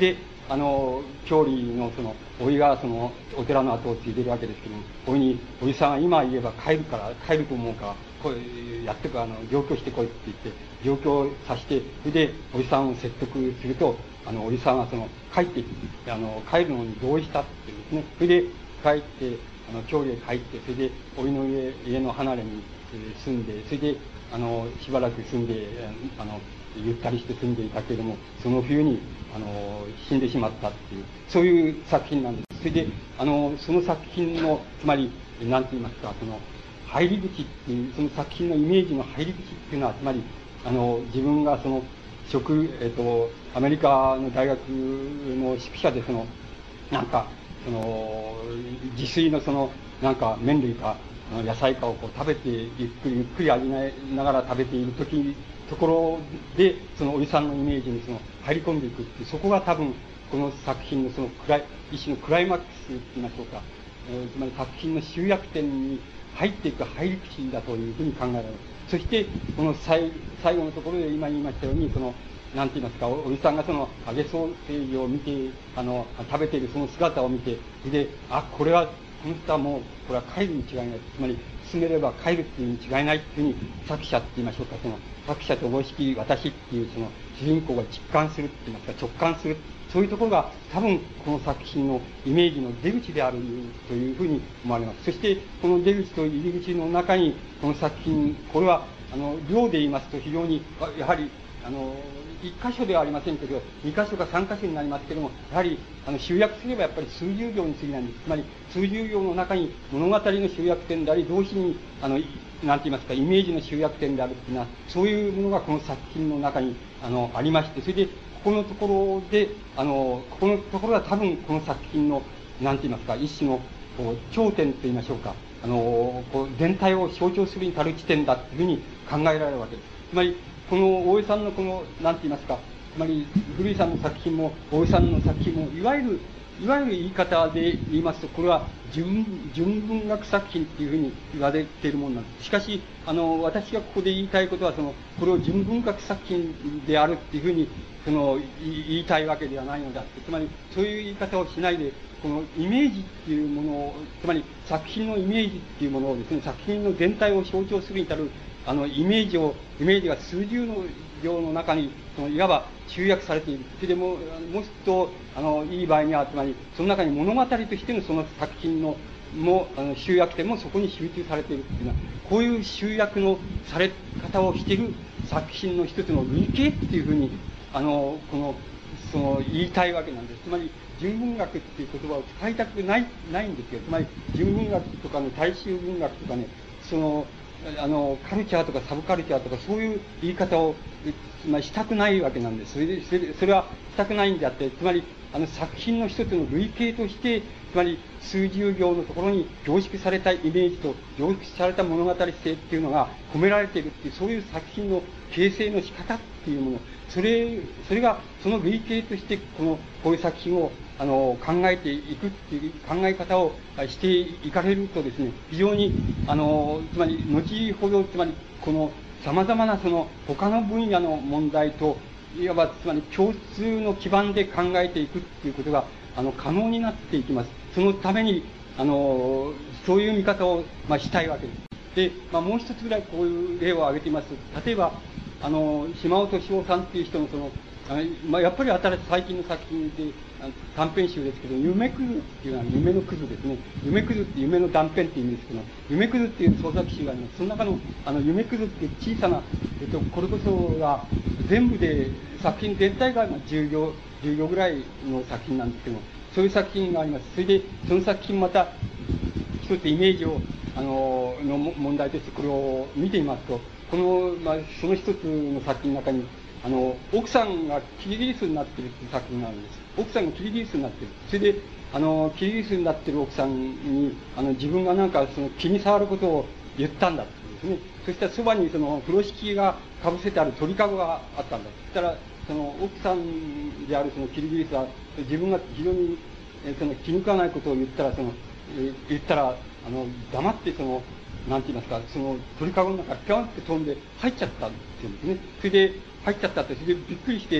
あの、郷里のその、おいがその、お寺の後を継いでるわけですけども、おいに、おじさんは今言えば帰るから、帰ると思うから、こうやってく、あの、上京してこいって言って、上京させて、それで、おじさんを説得すると、あの、おじさんはその、帰って、あの、帰るのに同意したって言うんですね。それで、帰って、あの、郷里へ帰って、それで、おいの家、家の離れに、えー、住んで、それで、あの、しばらく住んで、あの、ゆったりして住んでいたけれども、その冬に、あの、死んでしまったっていう、そういう作品なんです。それで、あの、その作品の、つまり、なんて言いますか、その、入り口っていう、その作品のイメージの入り口っていうのは、つまり、あの、自分がその、職、えっと、アメリカの大学の宿舎で、その、なんか、その、自炊のその、なんか、麺類か、野菜かをこう食べて、ゆっくりゆっくり味わいながら食べているとき、ところで、そのおじさんのイメージにその入り込んでいくっていう、そこが多分、この作品のそのクライ、一種のクライマックスって言いましょうか。えー、つまり作品の集約点に入っていく入り口だというふうに考えられる。そして、この最、最後のところで今言いましたように、その、なんて言いますか、おじさんがその揚げソーセージを見て、あの、食べているその姿を見て、で、あ、これは、この人はもう、これは帰るに違いない。つまり、進めれば帰るっていうに違いないっていうふうに、作者って言いましょうか、その、作者と思いしき私っていう、その、主人公が実感するって言いますか、直感する。そういうところが、多分、この作品のイメージの出口であるというふうに思われます。そして、この出口と入り口の中に、この作品、これは、あの、量で言いますと非常に、やはり、あの、一箇所ではありませんけど、二箇所か三箇所になりますけれども、やはり、あの、集約すればやっぱり数十行に過ぎないんです。つまり、数十行の中に物語の集約点であり、同時に、あの、なんて言いますか、イメージの集約点であるっていうのは、そういうものがこの作品の中に、あの、ありまして、それで、ここのところで、あの、ここのところが多分この作品の、なんて言いますか、一種の、こう、頂点と言いましょうか、あの、こう、全体を象徴するに足る地点だっていうふうに考えられるわけです。つまり、この大江さんのこの、なんて言いますか、つまり、古井さんの作品も、大江さんの作品も、いわゆる、いわゆる言い方で言いますと、これは純、純文学作品っていうふうに言われているものなんです。しかし、あの、私がここで言いたいことは、その、これを純文学作品であるっていうふうに、その、言いたいわけではないのであって、つまり、そういう言い方をしないで、このイメージっていうものを、つまり作品のイメージっていうものをですね、作品の全体を象徴するに至る、あの、イメージを、イメージが数十の行の中に、その、いわば集約されている。それでも、もうちょっと、あの、いい場合には、つまり、その中に物語としてのその作品の、も、あの、集約点もそこに集中されているっていうのは、こういう集約のされ方をしている作品の一つの類型っていうふうに、あの、この、その、言いたいわけなんです。つまり、純文学っていう言葉を使いたくない、ないんですよ。つまり、純文学とかね、大衆文学とかね、その、あの、カルチャーとかサブカルチャーとかそういう言い方を、つまりしたくないわけなんです。それで、それそれはしたくないんであって、つまり、あの作品の一つの類型として、つまり数十行のところに凝縮されたイメージと凝縮された物語性っていうのが込められているっていう、そういう作品の形成の仕方っていうもの、それ、それが、その類型として、この、こういう作品を、あの、考えていくっていう考え方をしていかれるとですね、非常に、あの、つまり、後ほど、つまり、この、様々なその、他の分野の問題と、いわば、つまり、共通の基盤で考えていくっていうことが、あの、可能になっていきます。そのために、あの、そういう見方を、まあ、したいわけです。で、まあ、もう一つぐらいこういう例を挙げてみますと、例えば、あの、島尾敏夫さんっていう人のその、あまあ、やっぱり新しい最近の作品で、短編集ですけど、夢くずっていうのは夢のくずですね。夢くずって夢の断片っていう意味ですけど、夢くずっていう創作集があります。その中の、あの、夢くずっていう小さな、えっと、これこそが、全部で、作品全体がじゅう行、じゅう行ぐらいの作品なんですけど、そういう作品があります。それで、その作品また、一つイメージを、あの、の問題としてこれを見てみますと、この、まあ、その一つの作品の中に、あの、奥さんがキリギリスになってるっていう作品があるんです。奥さんがキリギリスになってる。それで、あの、キリギリスになってる奥さんに、あの、自分がなんかその気に障ることを言ったんだってですね。そしたらそばにその風呂敷が被せてある鳥かごがあったんだ。そしたら、その奥さんであるそのキリギリスは、自分が非常に、えその気に食わないことを言ったら、その、え言ったら、あの、黙ってその、なんて言いますか、その鳥かごの中にピョンって飛んで入っちゃったって言うんですね。それで入っちゃったって、それでびっくりして、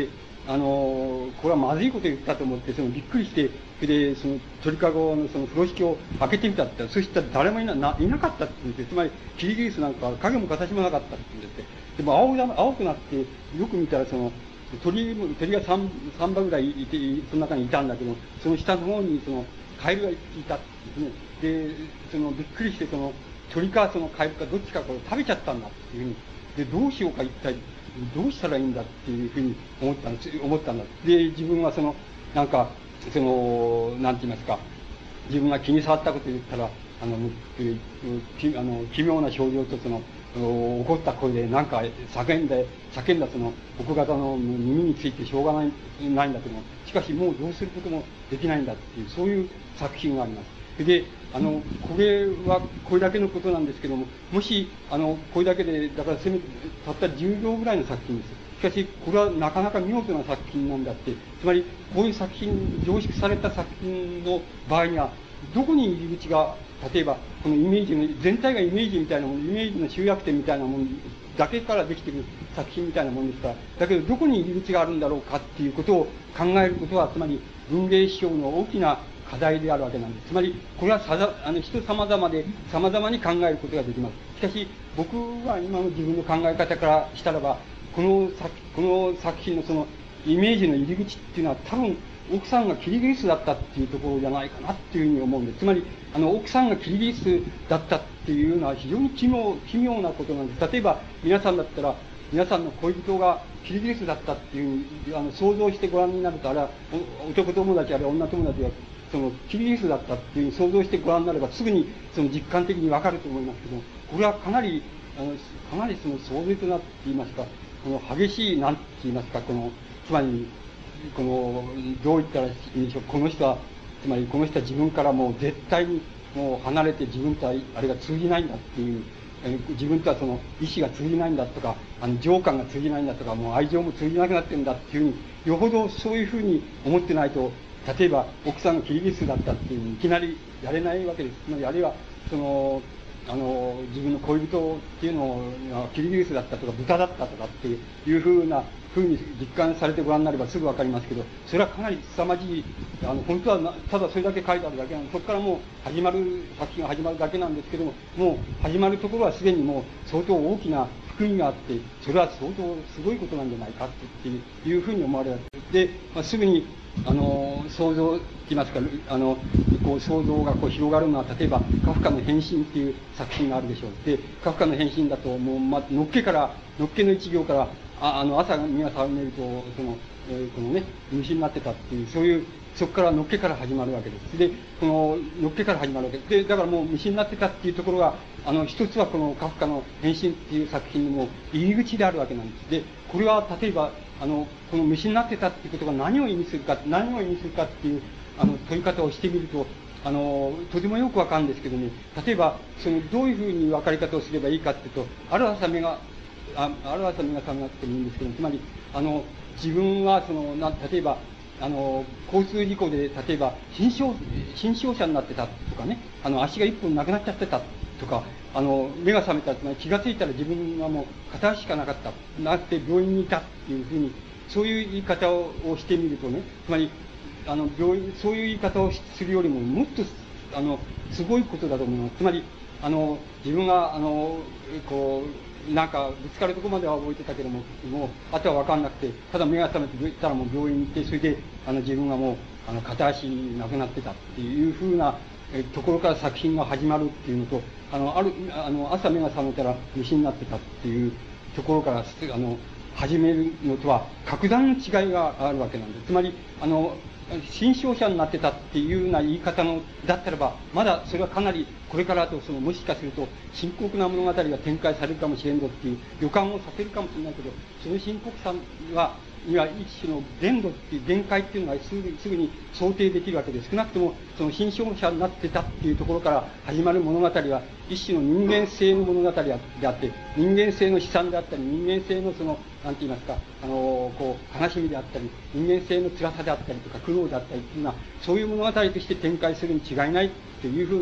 あの、これはまずいこと言ったと思って、その、びっくりして、それで、その、鳥かごのその風呂敷を開けてみたって、そしたら誰もいな、ないなかったって言って、つまり、キリギリスなんか影も形もなかったって言って、でも青だ、青くなって、よく見たらその、鳥も、鳥が三、三羽ぐらいいて、その中にいたんだけど、その下の方にその、カエルがいたってですね。で、その、びっくりして、その、鳥かそのカエルかどっちかこれ食べちゃったんだっていうふうに、で、どうしようか一体、どうしたらいいんだっていうふうに思ったんです、思ったんだ。で、自分はその、なんか、その、なんて言いますか、自分が気に障ったことを言ったら、あの、きあの奇妙な表情とその、怒った声でなんか叫んで、叫んだその奥方の耳についてしょうがない、ないんだけども、しかしもうどうすることもできないんだっていう、そういう作品があります。で、あの、これはこれだけのことなんですけども、もし、あの、これだけで、だからせめて、たったじゅうびょうぐらいの作品です。しかし、これはなかなか見事な作品なんだって、つまり、こういう作品、凝縮された作品の場合には、どこに入り口が、例えば、このイメージの、全体がイメージみたいなもの、イメージの集約点みたいなものだけからできている作品みたいなものですから、だけどどこに入り口があるんだろうかっていうことを考えることは、つまり文芸批評の大きな課題であるわけなんです。つまり、これはさざ、あの、人様々で、様々に考えることができます。しかし、僕は今の自分の考え方からしたらば、この作、この作品のその、イメージの入り口っていうのは多分、奥さんがキリギリスだったっていうところじゃないかなっていうふうに思うんです。つまり、あの、奥さんがキリギリスだったっていうのは非常に奇妙、奇妙なことなんです。例えば、皆さんだったら、皆さんの恋人がキリギリスだったっていう、あの、想像してご覧になると、あれは、男友達、あるいは女友達が、その、キリギリスだったっていう想像してご覧になれば、すぐに、その実感的にわかると思いますけど、これはかなり、あの、かなりその壮絶なって言いますか、この激しい、なんて言いますか、この、つまり、この、どう言ったらいいんでしょう、この人は、つまりこの人は自分からもう絶対にもう離れて自分とはあれが通じないんだっていう、自分とはその意志が通じないんだとか、あの情感が通じないんだとか、もう愛情も通じなくなってるんだっていうふうに、よほどそういうふうに思ってないと、例えば奥さんがキリギリスだったっていう、いきなりやれないわけです。つまりあるいは、その、あの、自分の恋人っていうのがキリギリスだったとか豚だったとかっていうふうな、ふうに実感されてご覧になればすぐわかりますけど、それはかなり凄まじい、あの、本当はなただそれだけ書いてあるだけなので、そこからもう始まる、作品が始まるだけなんですけども、もう始まるところはすでにもう相当大きな含みがあって、それは相当すごいことなんじゃないかっていうふうに思われる。で、まあ、すぐに、あの、想像、って言いますか、あの、こう、想像がこう広がるのは、例えば、カフカの変身っていう作品があるでしょう。で、カフカの変身だと、もう、ま、のっけから、のっけの一行から、ああの、朝目が覚めると、その、えー、このね、虫になってたっていう、そういう、そこからのっけから始まるわけです。で、この、のっけから始まるわけです。で、だからもう虫になってたっていうところが、あの、一つはこのカフカの変身っていう作品の入り口であるわけなんです。で、これは例えば、あの、この虫になってたっていうことが何を意味するか、何を意味するかっていう、あの、問い方をしてみると、あの、とてもよくわかるんですけどね、例えば、その、どういうふうに分かり方をすればいいかっていうと、ある朝目が、あある朝目が覚めなくてもいいんですけど、つまり、あの、自分は、その、な、例えば、あの、交通事故で、例えば、新傷、新傷者になってたとかね、あの、足が一本なくなっちゃってたとか、あの、目が覚めた、つまり気がついたら自分はもう片足しかなかった、なって病院にいたっていうふうに、そういう言い方をしてみるとね、つまり、あの、病院、そういう言い方をするよりも、もっと、あの、すごいことだと思います。つまり、あの、自分が、あの、こう、なんか、ぶつかるところまでは覚えてたけども、もう、あとは分かんなくて、ただ目が覚めて行ったらもう病院に行って、それで、あの、自分がもう、あの、片足なくなってたっていうふうな、えところから作品が始まるっていうのと、あの、ある、あの、朝目が覚めたら虫になってたっていうところから、あの、始めるのとは、格段の違いがあるわけなんです。つまり、あの、新商者になってたっていうような言い方の、だったらば、まだそれはかなり、これからと、その、もしかすると、深刻な物語が展開されるかもしれんぞっていう予感をさせるかもしれないけど、その深刻さは、には一種の限度っていう、限界っていうのがすぐすぐに想定できるわけで、少なくとも、その新商者になってたっていうところから始まる物語は、一種の人間性の物語であって、人間性の悲惨であったり、人間性のその、なんて言いますか、あの、こう、悲しみであったり、人間性の辛さであったりとか、苦労であったりっていうのは、そういう物語として展開するに違いないっていうふうな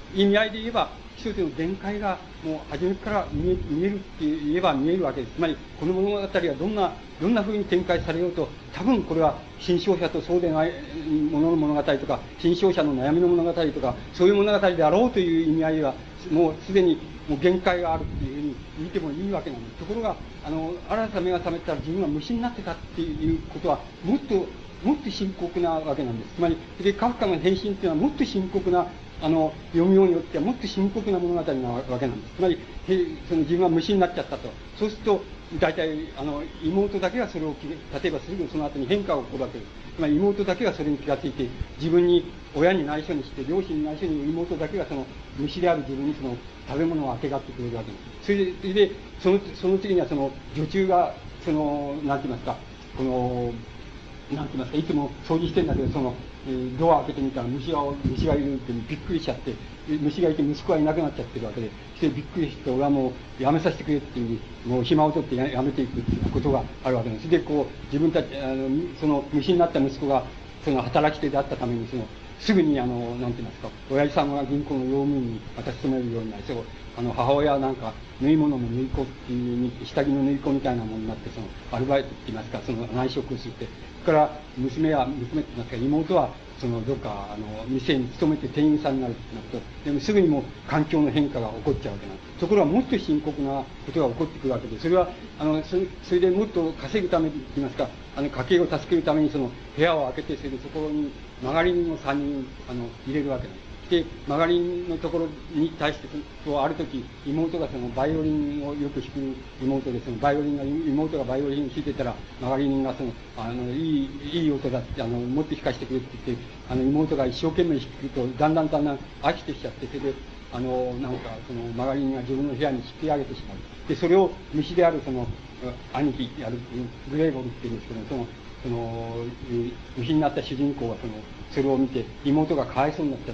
意味合いで言えば、一つの限界がもう初めから見え見えるって言えば見えるわけです。つまり、この物語はどんな、どんな風に展開されようと、多分これは新商者とそうでないものの物語とか、新商者の悩みの物語とか、そういう物語であろうという意味合いは、もうすでにもう限界があるっていうふうに見てもいいわけなんです。ところが、あの、新た目が覚めたら自分が虫になってたっていうことは、もっと、もっと深刻なわけなんです。つまり、で、カフカの変身っていうのはもっと深刻な、あの、読みようによってはもっと深刻な物語なわけなんです。つまり、その自分は虫になっちゃったと。そうすると、大体、あの、妹だけがそれを、例えばすぐその後に変化が起こるわけです。つまり妹だけがそれに気がついて、自分に親に内緒にして、両親に内緒に妹だけがその虫である自分にその食べ物をあてがってくれるわけです。それで、それでその、その次にはその女中が、その、なんて言いますか、この、なんて言いますか、いつも掃除してんだけど、その、えー、ドア開けてみたら虫が、虫がいるってびっくりしちゃって、虫がいて息子はいなくなっちゃってるわけで、それでびっくりして、俺はもうやめさせてくれっていうふうに、もう暇を取ってややめていくっていうことがあるわけです。で、こう、自分たち、あの、その虫になった息子が、その働き手であったために、その、すぐにあの、なんて言いますか、親父さんが銀行の用務員にまた勤めるようになり、そう、あの、母親はなんか、縫い物の縫い子っていう、下着の縫い子みたいなものになって、その、アルバイトって言いますか、その、内職をするって、それから、娘は、娘って言いますか、妹は、その、どっか、あの、店に勤めて店員さんになるってなると、でもすぐにもう環境の変化が起こっちゃうわけなんです。ところがもっと深刻なことが起こってくるわけで、それは、あの、それそれでもっと稼ぐために言いますか、あの、家計を助けるために、その、部屋を開けて、それでそこに、曲がり人をさんにん、あの、入れるわけなんです。で、曲がりのところに対して、そうある時、妹がそのバイオリンをよく弾く妹で、そのバイオリンが、妹がバイオリンを弾いてたら、曲がり人がその、あの、いい、いい音だって、あの、もっと弾かせてくれって言って、あの、妹が一生懸命弾くと、だんだんだんだん飽きてきちゃって、それで、あの、なんか、その、曲がり人が自分の部屋に引き上げてしまう。で、それを虫であるその、兄貴である、グレーゴルっていうんですけど、その、その、虫になった主人公がその、それを見て、妹がかわいそうになっちゃって、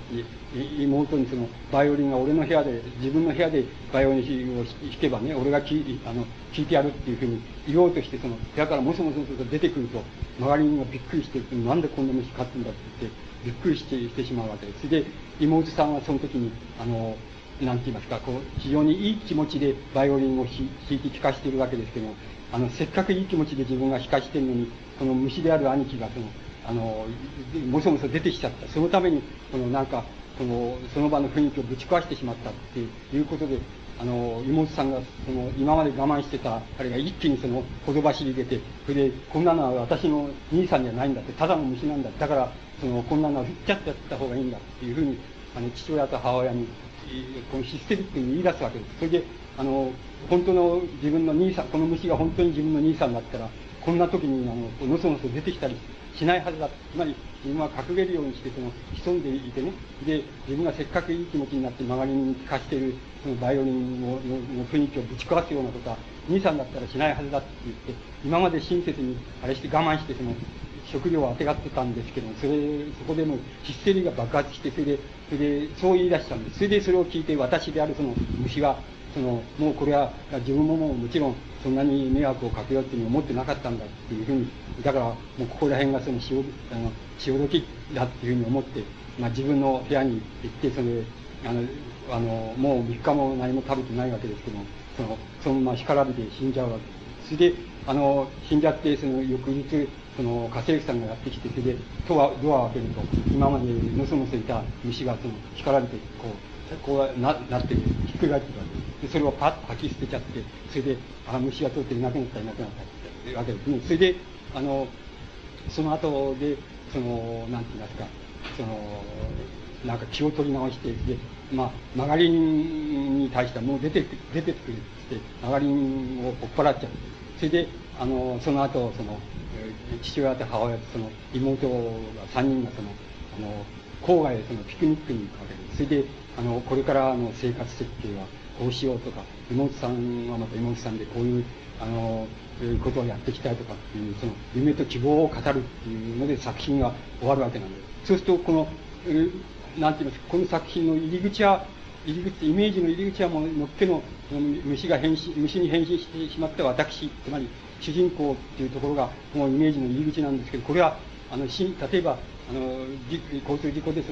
妹にその、バイオリンが俺の部屋で、自分の部屋でバイオリンを弾けばね、俺が聴いあの聞いてやるっていうふうに言おうとして、その、部屋からもそもそもと出てくると、周りがびっくりして、なんでこんな虫飼ってんだって言って、びっくりしてしてしまうわけです。で、妹さんはその時に、あの、なんて言いますか、こう、非常にいい気持ちでバイオリンを弾いて聴かしているわけですけども、あの、せっかくいい気持ちで自分が弾かしてるのに、この虫である兄貴がその、あの、もそもそ出てきちゃった。そのために、このなんか、その、その場の雰囲気をぶち壊してしまったっていうことで、あの、妹さんが、その、今まで我慢してた、あれが一気にその、ほど走り出て、それで、こんなのは私の兄さんじゃないんだって、ただの虫なんだ。だから、その、こんなのは振っちゃってやった方がいいんだっていうふうに、あの、父親と母親に、このヒステリックに言い出すわけです。それで、あの、本当の自分の兄さん、この虫が本当に自分の兄さんだったら、こんな時に、あの、のそのそ出てきたりしないはずだ。つまり、自分は隠れるようにして、その、潜んでいてね、で、自分がせっかくいい気持ちになって周りに聞かしている、そのバイオリンののの雰囲気をぶち壊すようなことは、兄さんだったらしないはずだって言って、今まで親切に、あれして我慢して、その、食料をあてがってたんですけども、それ、そこでもうヒステリーが爆発して、それで、それで、そう言い出したんです。それでそれを聞いて、私であるその虫は、その、もうこれは、自分ももうもちろん、そんなに迷惑をかけようっていうふうに思ってなかったんだっていうふうに、だから、もうここら辺がその潮、あの、潮時だっていうふうに思って、まあ自分の部屋に行って、それ、あの、あの、もうみっかも何も食べてないわけですけども、その、そのまま干からびて死んじゃうわけです。それで、あの、死んじゃって、その翌日、その家政婦さんがやってきて、それでドア、ドアを開けると、今までのそのそいた虫がその干からびて、こう、こうななってひっくり返ってるわけです。で、それをパッと吐き捨てちゃって、それで、あ、虫が通っていなくなったいなくなったっていうわけですね。それで、あの、その後で、その、なんて言いますか、その、なんか気を取り直して、で、まあ、曲がりに対してはもう出て、出てくるってって、曲がりを追っ払っちゃう。それで、あの、その後、その、父親と母親とその妹がさんにんがその、あの、郊外へそのピクニックに行くわけです。それで、あの、これからの生活設計はこうしようとか、妹さんはまた妹さんでこういう、あの、ことをやっていきたいとかっていう、その夢と希望を語るっていうので作品が終わるわけなんです。そうすると、この、なんて言いますか、この作品の入り口は、入り口、イメージの入り口はもう、のっけの、虫が変身、虫に変身してしまった私、つまり、主人公っていうところが、もうイメージの入り口なんですけど、これは、あの、し例えば、あの、交通事故でその、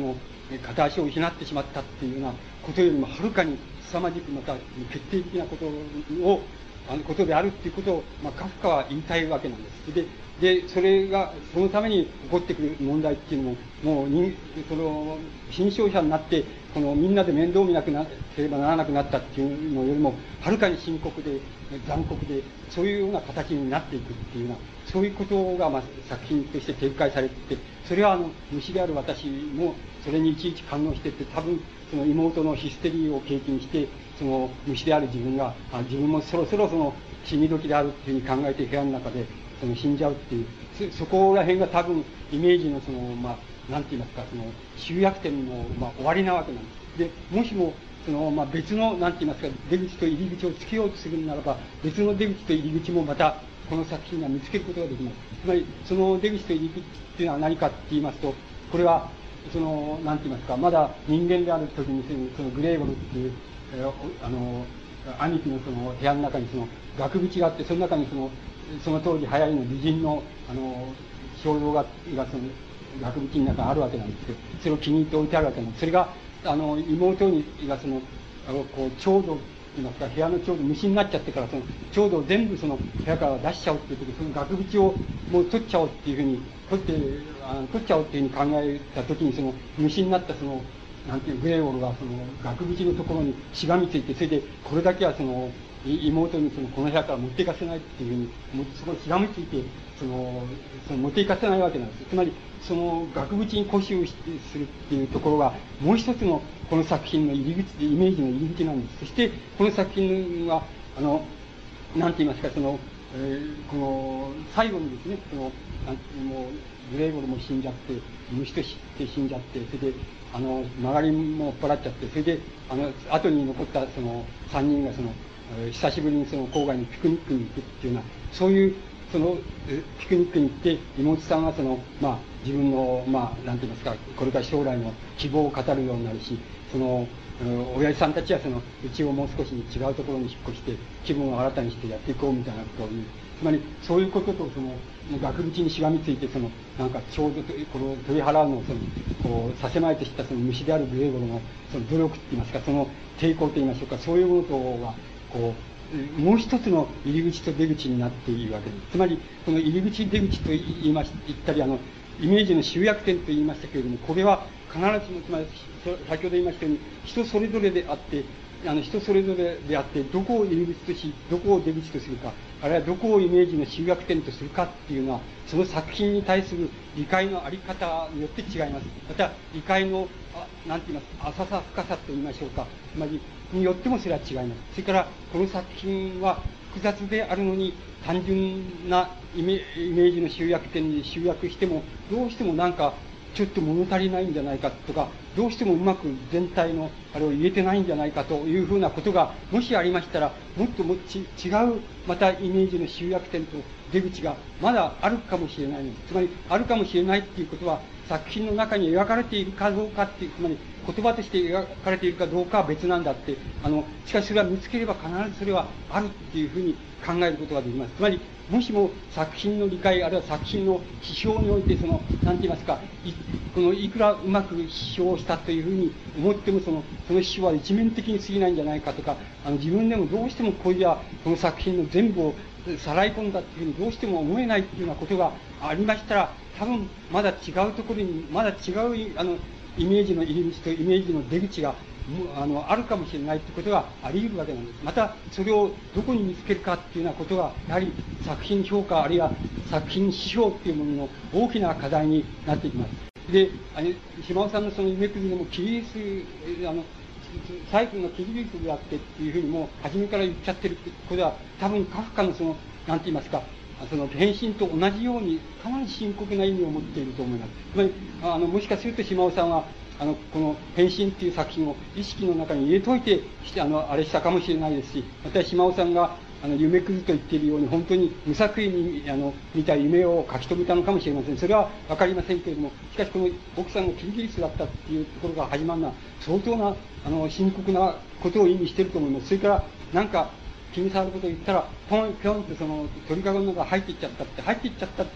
片足を失ってしまったっていうようなことよりもはるかに凄まじくまた決定的なことを、あのことであるっていうことを、まあ、カフカは言いたいわけなんです。で、で、それが、そのために起こってくる問題っていうのも、もうに、その、新商者になって、このみんなで面倒見なくなければならなくなったっていうのよりも、はるかに深刻で、残酷で、そういうような形になっていくっていうような、そういうことが、まあ、作品として展開されていて、それは、あの、虫である私も、それにいちいち感応してって、多分、その妹のヒステリーを経験して、その虫である自分が、あ自分もそろそろその死に時であるっていうふうに考えて部屋の中で、その死んじゃうっていう、そ、そこら辺が多分、イメージのその、まあ、なんて言いますか、その、集約点の、まあ、終わりなわけなんです。で、もしも、その、まあ、別の、なんて言いますか、出口と入り口をつけようとするならば、別の出口と入り口もまた、この作品には見つけることができます。つまり、その出口と入り口っていうのは何かって言いますと、これは、その、なんて言いますか、まだ人間である時に、そのグレーゴルっていう、えー、あの、兄貴のその部屋の中にその額縁があって、その中にその、その当時流行りの美人の、あの、肖像画がその額縁の中にあるわけなんですけど、それを気に入って置いてあるわけなんです。それが、あの、妹にがその、あの、こう、調度、言いますか、部屋の調度、虫になっちゃってから、その、調度を全部その部屋から出しちゃおうっていう時、その額縁をもう取っちゃおうっていうふうに、取って、あの取っちゃおうっていうふうに考えた時に、その、虫になったその、なんていう、グレーゴルがその、額縁のところにしがみついて、それで、これだけはその、妹にその、この部屋から持っていかせないっていうふうに、そこにしがみついて、その、その持っていかせないわけなんです。つまり、その、額縁に固執するっていうところが、もう一つの、この作品の入り口、イメージの入り口なんです。そして、この作品は、あの、なんて言いますか、その、えー、この、最後にですね、その、なんもう、グレーゴルも死んじゃって、虫として死んじゃって、それで、あの、曲がりも追っ払っちゃって、それで、あの、後に残ったその、三人がその、えー、久しぶりにその、郊外にピクニックに行くっていうような、そういう、その、ピクニックに行って、妹さんはその、まあ、自分の、まあ、なんて言いますか、これから将来の希望を語るようになるし、その、親父さんたちはその、うちをもう少し違うところに引っ越して、気分を新たにしてやっていこうみたいなことを言う。つまり、そういうことと、その、額縁にしがみついて、その、なんか、ちょうど、この、取り払うのを、その、こう、させまいとしたその虫であるグレーゴルの、その努力って言いますか、その抵抗と言いましょうか、そういうものとは、こう、もう一つの入り口と出口になっているわけです。つまり、この入り口、出口と言いまし、言ったり、あの、イメージの集約点と言いましたけれども、これは必ずしも、つまり、先ほど言いましたように、人それぞれであって、あの、人それぞれであって、どこを入り口とし、どこを出口とするか、あるいはどこをイメージの集約点とするかっていうのは、その作品に対する理解のあり方によって違います。また、理解の、あなんて言います、浅さ、深さと言いましょうか。つまり、によってもそれは違います。それから、この作品は複雑であるのに、単純なイメイメージの集約点に集約しても、どうしてもなんか、ちょっと物足りないんじゃないかとか、どうしてもうまく全体のあれを言えてないんじゃないかというふうなことが、もしありましたら、もっともち違う、またイメージの集約点と出口がまだあるかもしれないのです。つまり、あるかもしれないっていうことは、作品の中に描かれているかどうかっていう、つまり、言葉として描かれているかどうかは別なんだって、あの、しかしそれは見つければ必ずそれはあるっていうふうに考えることができます。つまり、もしも作品の理解、あるいは作品の批評において、その、なんて言いますか、い、この、いくらうまく批評したというふうに思っても、その、その批評は一面的に過ぎないんじゃないかとか、あの、自分でもどうしてもこういや、この作品の全部をさらい込んだっていうふうにどうしても思えないっていうようなことがありましたら、多分、まだ違うところに、まだ違う、あの、イメージの入り口とイメージの出口が、あの、あるかもしれないってことがあり得るわけなんです。また、それをどこに見つけるかっていうようなことが、やはり作品評価、あるいは作品指標っていうものの大きな課題になっていきます。で、あの、島尾さんのその夢くじでも、キリギリス、あの、サイクルのキリギリスであってっていうふうにもう、初めから言っちゃってることは、多分カフカのその、なんて言いますか、その変身と同じように、かなり深刻な意味を持っていると思います。つまり、あの、もしかすると島尾さんは、あの、この変身っていう作品を意識の中に入れといて、あの、あれしたかもしれないですし、また島尾さんが、あの、夢くずと言っているように、本当に無作為に、あの、見た夢を書き留めたのかもしれません。それはわかりませんけれども、しかしこの奥さんがキリギリスだったっていうところが始まるのは、相当な、あの、深刻なことを意味していると思います。それから、なんか、気に障ることを言ったら、ポン、ぴょんってその、鳥かごの中入っていっちゃったって、入っていっちゃったっていうのは、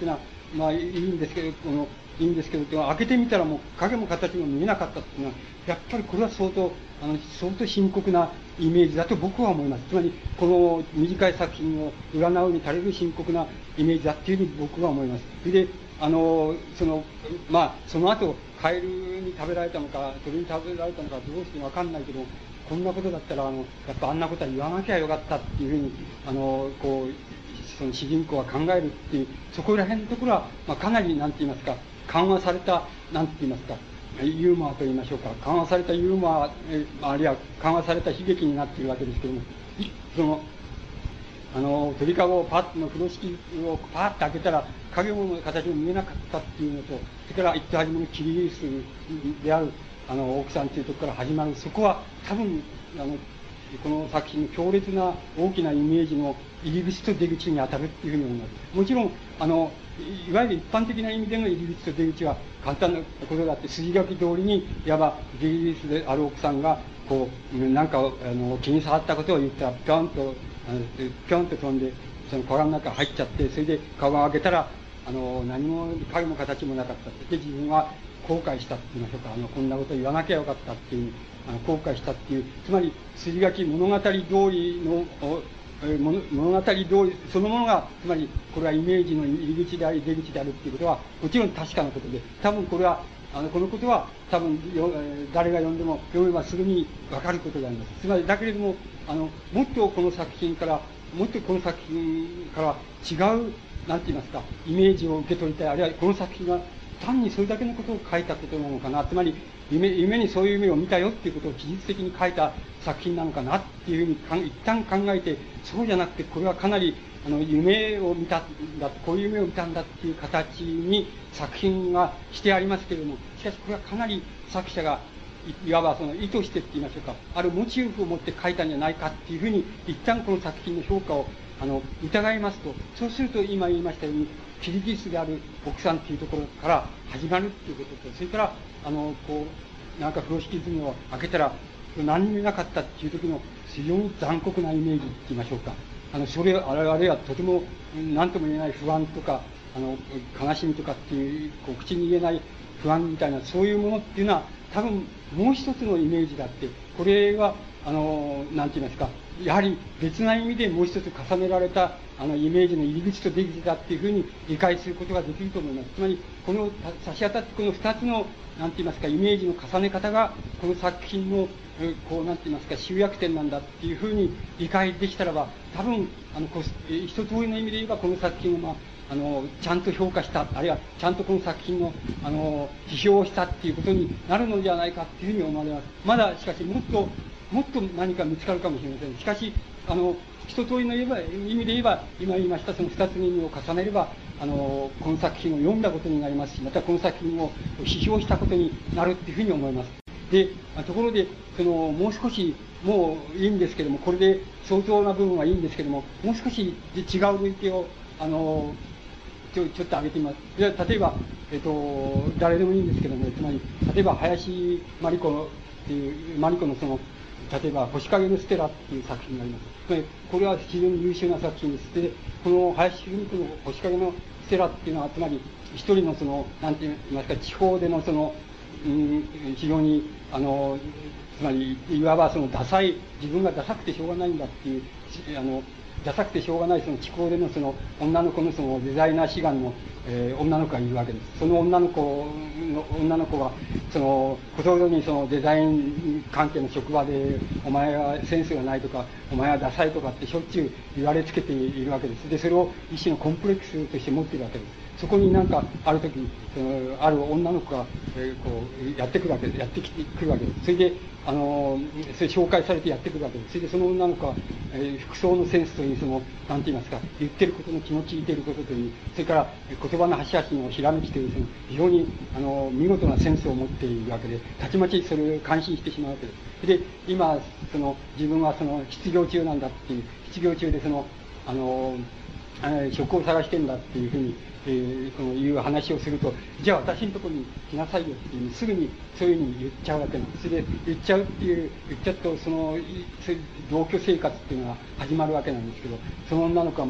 まあいいんですけど、この、いいんですけど、開けてみたらもう影も形も見えなかったっていうのは、やっぱりこれは相当、あの、相当深刻なイメージだと僕は思います。つまり、この短い作品を占うに足りる深刻なイメージだっていうふうに僕は思います。それで、あの、その、まあ、その後、カエルに食べられたのか、鳥に食べられたのか、どうしてわかんないけど、こんなことだったら、あの、やっぱあんなことは言わなきゃよかったっていうふうに、あの、こう、その主人公は考えるっていう、そこら辺のところは、まあ、かなり、なんて言いますか、緩和された、なんて言いますか、ユーモアと言いましょうか、緩和されたユーモア、あるいは緩和された悲劇になっているわけですけども、その、あの、鳥かごをパッとの風呂敷をパーッと開けたら、影も形も見えなかったっていうのと、それから一手始めのキリギリスである、あの、奥さんというところから始まる、そこは多分、あの、この作品の強烈な大きなイメージの入り口と出口に当たるっていうふうに思います。もちろん、あの、いわゆる一般的な意味での入り口と出口は簡単なことだって、筋書き通りに、いわばキリギリスである奥さんが、こう、なんか、あの、気に障ったことを言ったら、ぴょんと、あのぴょんと飛んで、その小屋の中入っちゃって、それで顔を開けたら、あの、何も影も形もなかったって、自分は後悔したって言いましょうか、あの、こんなこと言わなきゃよかったっていう、あの後悔したっていう、つまり、筋書き物語通りの、物語通りそのものが、つまり、これはイメージの入り口であり、出口であるっていうことは、もちろん確かなことで、多分これは、あの、このことは、多分よ、誰が読んでも、読めばすぐに分かることであります。つまり、だけれども、あの、もっとこの作品から、もっとこの作品から違う、なんて言いますか、イメージを受け取りたい、あるいはこの作品が単にそれだけのことを書いたことなのかな、つまり、夢、夢にそういう夢を見たよっていうことを記述的に書いた作品なのかなっていうふうにかん一旦考えて、そうじゃなくて、これはかなり、あの、夢を見たんだ、こういう夢を見たんだっていう形に作品がしてありますけれども、しかしこれはかなり作者が、いわばその意図してって言いましょうか、あるモチーフを持って書いたんじゃないかっていうふうに、一旦この作品の評価を、あの、疑いますと、そうすると今言いましたように、キリギリスである奥さんっていうところから始まるっていうことと、それから、あの、こう、なんか風呂敷積みを開けたら、何にもなかったっていう時の非常に残酷なイメージって言いましょうか。あの、それ、あれあれはとても何とも言えない不安とか、あの、悲しみとかっていう、こう、口に言えない不安みたいな、そういうものっていうのは、多分もう一つのイメージだって、これは、あの、なんて言いますか、やはり別な意味でもう一つ重ねられた、あの、イメージの入り口と出口だっていうふうに理解することができると思います。つまり、この差し当たってこの二つの、なんて言いますか、イメージの重ね方が、この作品の、こう、なんて言いますか、集約点なんだっていうふうに理解できたらば、多分、あの、こ一通りの意味で言えば、この作品を、まあ、あの、ちゃんと評価した、あるいは、ちゃんとこの作品の、あの、批評をしたっていうことになるのではないかっていうふうに思われます。まだ、しかし、もっと、もっと何か見つかるかもしれません。しかし、あの、一通りの言えば、意味で言えば、今言いましたその二つの意味を重ねれば、あの、この作品を読んだことになりますし、またこの作品を批評したことになるっていうふうに思います。で、ところで、その、もう少し、もういいんですけども、これで相当な部分はいいんですけども、もう少し違う類型を、あの、ちょちょっと挙げてみます。じゃあ、例えば、えっと、誰でもいいんですけども、つまり、例えば、林真理子のっていう、真理子のその、例えば、星影のステラっていう作品があります。つまり、これは非常に優秀な作品です。で、この林真理子の星影のステラっていうのは、つまり、一人のその、なんて言いますか、地方でのその、うん、非常に、あの、つまり、いわばそのダサい、自分がダサくてしょうがないんだっていう、あの、ダサくてしょうがないその地方でのその女の子のそのデザイナー志願の、えー、女の子がいるわけです。その女の子の、女の子は、その、ほとんどにそのデザイン関係の職場で、お前はセンスがないとか、お前はダサいとかってしょっちゅう言われつけているわけです。で、それを一種のコンプレックスとして持っているわけです。そこになんか、ある時、その、ある女の子が、えー、こう、やってくるわけです。やってきてくるわけです。それで、あの、それ紹介されてやってくるわけです。それで、その女の子は、えー、服装のセンスという、その、なんて言いますか、言ってることの気の利いていることという、それから、言葉の端々のひらめきという、その、非常に、あの、見事なセンスを持っているわけで、たちまちそれを感心してしまうわけです。で、今、その、自分はその、失業中なんだっていう、失業中でその、あの、職を探してんだっていうふうに、えー、このいう話をすると、じゃあ私のところに来なさいよっていう、すぐにそういうふうに言っちゃうわけなんです。それで言っちゃうっていう、言っちゃうと、その、同居生活っていうのが始まるわけなんですけど、その女の子はまあ、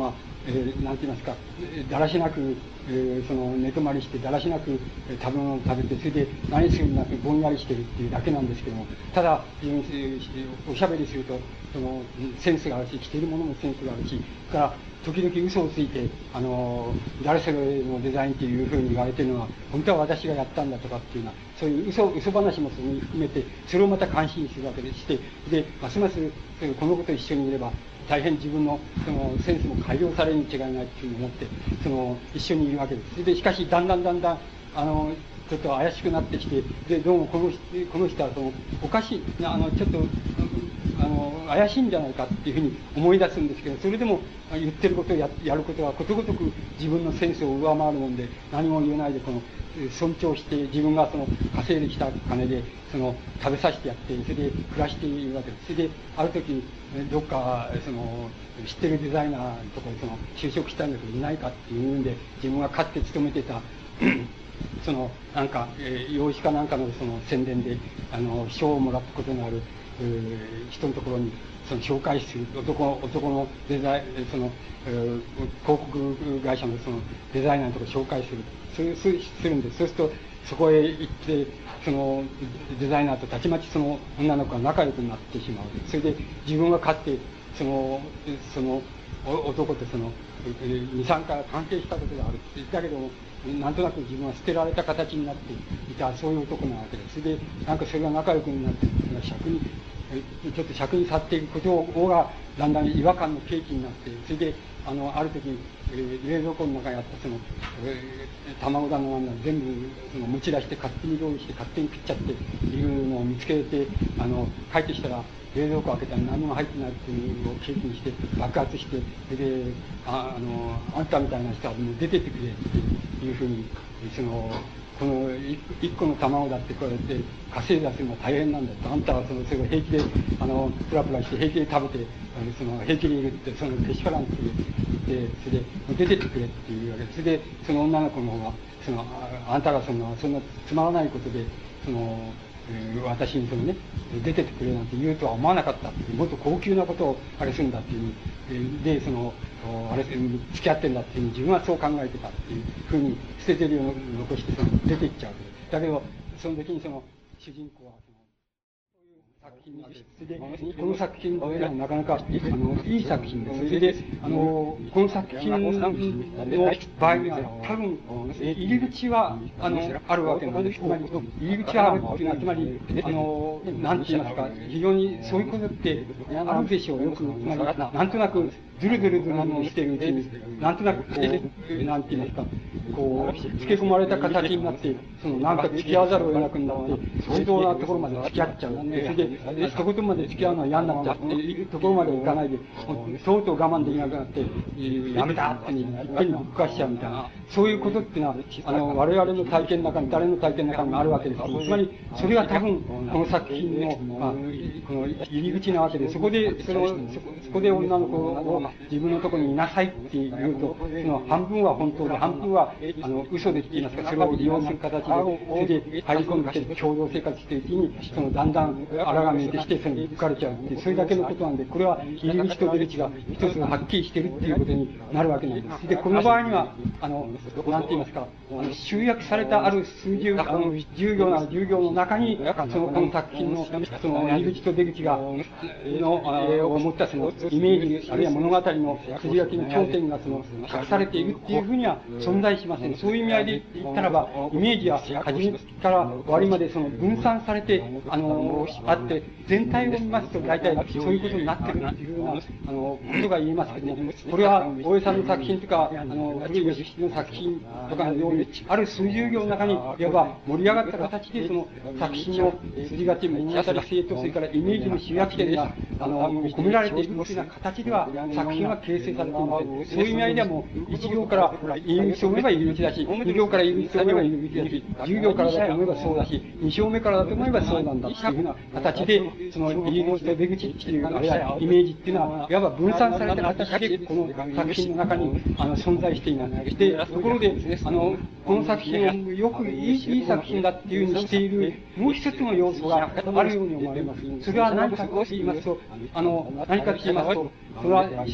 えー、なんて言いますか、だらしなく、えー、その寝泊まりしてだらしなく食べ物を食べて、それで何するなくぼんやりしてるっていうだけなんですけども、ただ自分おしゃべりするとそのセンスがあるし、着ているものもセンスがあるし、から時々嘘をついて、あの誰それのデザインっていうふうに言われてるのは本当は私がやったんだとかっていうような、そういう嘘嘘話も含めて、それをまた感心するわけでして、でますますこの子と一緒にいれば大変自分のそのセンスも改良されるに違いないというふうに思って、その一緒にいるわけです。でしかしだんだんだんだんあのちょっと怪しくなってきて、でどうもこのこの人はそのおかしいあのちょっとあの怪しいんじゃないかっていうふうに思い出すんですけど、それでも言ってることを や, やることはことごとく自分のセンスを上回るもんで、何も言えないでこの尊重して自分がその稼いできた金でその食べさせてやって、それで暮らしているわけです。それである時どっかその知ってるデザイナーのところにその就職したんだけどいないかっていうんで、自分がかつて勤めてたそのなんか、えー、養子かなんかのその宣伝であの賞をもらったことのある、えー、人のところにその紹介する男男のデザインその、えー、広告会社のそのデザイナーのところを紹介するそういうするんです。そうするとそこへ行ってそのデザイナーとたちまちその女の子が仲良くなってしまう。それで自分がかつてそのその男とそのに、さんかい関係したことがあるって言ったけども、なんとなく自分は捨てられた形になっていた、そういう男なわけです。それでなんかそれが仲良くなって尺にちょっと尺に去っていくことがだんだん違和感の契機になって、それであのある時、えー、冷蔵庫の中にあったその、えー、卵だのなんだ全部その持ち出して勝手に料理して勝手に食っちゃっているのを見つけて、あの帰ってきたら冷蔵庫開けたら何も入ってないっていうのを契機にして爆発して、それでああのあんたみたいな人はもう出てってくれっていうふうにそのこの一個の卵だってこうやって稼いだするのは大変なんだと、あんたはそのそれを平気であのプラプラして平気で食べてその平気でいるってそのけしからんって言って、それで出てってくれっていうわけで、それでその女の子の方がそのあんたがそのそんなつまらないことでそのえー、私にそのね出てってくれなんて言うとは思わなかったっていう、もっと高級なことをあれするんだっていう、えー、でそのあれ付き合ってんだっていう自分はそう考えてたっていうふうに捨ててるように残してその出ていっちゃう。だけどその時にその主人公はその作品にでこの作品はなかなかあのいい作品です。それであのこの作品の場合には多分入り口はあのあるわけなんです。つまり入り口はあるっていうのはつまりあのなんて言いますか、非常にそういうことってあるでしょう。よくつまりなんとなくずるずるずるしてるうちになんとなくこうなんて言いますか、こう付け込まれた形になってそのなんか付き合わざるを得なくなって相当なところまで付き合っちゃう。それで一言まで付き合うのは嫌になっちゃっていうところまでいかないでとうとう我慢できなくなってやめたっていっぺんにぶっ壊しちゃうみたいな、そういうことっていうのはあの我々の体験の中に誰の体験の中にもあるわけです。つまりそれが多分この作品の、まあ、この入り口なわけで、そこでそのそこそこで女の子を自分のところにいなさいって言うと、その半分は本当で半分はあの嘘でって言いますか、それを利用する形でそれで入り込んで共同生活しているうちにそのだんだんあらが見えてきてその浮かれちゃうっていう、それだけのことなんで、これは入り口と出口が一つがはっきりしてるっていうことになるわけなんです。でこの場合にはあのなんて言いますか、あの集約されたある数十あのじゅう行ならじゅう行の中にそのこの作品のその入り口と出口がのを持ったそのイメージあるいは物語の筋書きの頂点がその隠されているっていうふうには存在しません。そういう意味合いで言ったらば、イメージは初めから終わりまでその分散されてあのあって全体を見ますと大体そういうことになってるっていうようなあのことが言えますけども、これは大江さんの作品とかあの古い義の作品とかのようにある数十行の中にいわば盛り上がった形でその作品の筋書き物語性とそれからイメージの集約点があの込められているというような形では作品は形成されています。そういう意味合いではもういち行から入り口を読めば入り口だし、に行から入り口を読めば入り口だし、じゅう行からだと思えばそうだし、に章目からだと思えばそうなんだっていうふうな形でその入り口と出口っていうあるいはイメージっていうのはいわば分散された形でこの作品の中にあの存在しています。でところであのこの作品をよくいい、いい作品だっていうふうにしているもう一つの要素があるように思われます。それは何かと言いますと、あの何かと言いますと、それは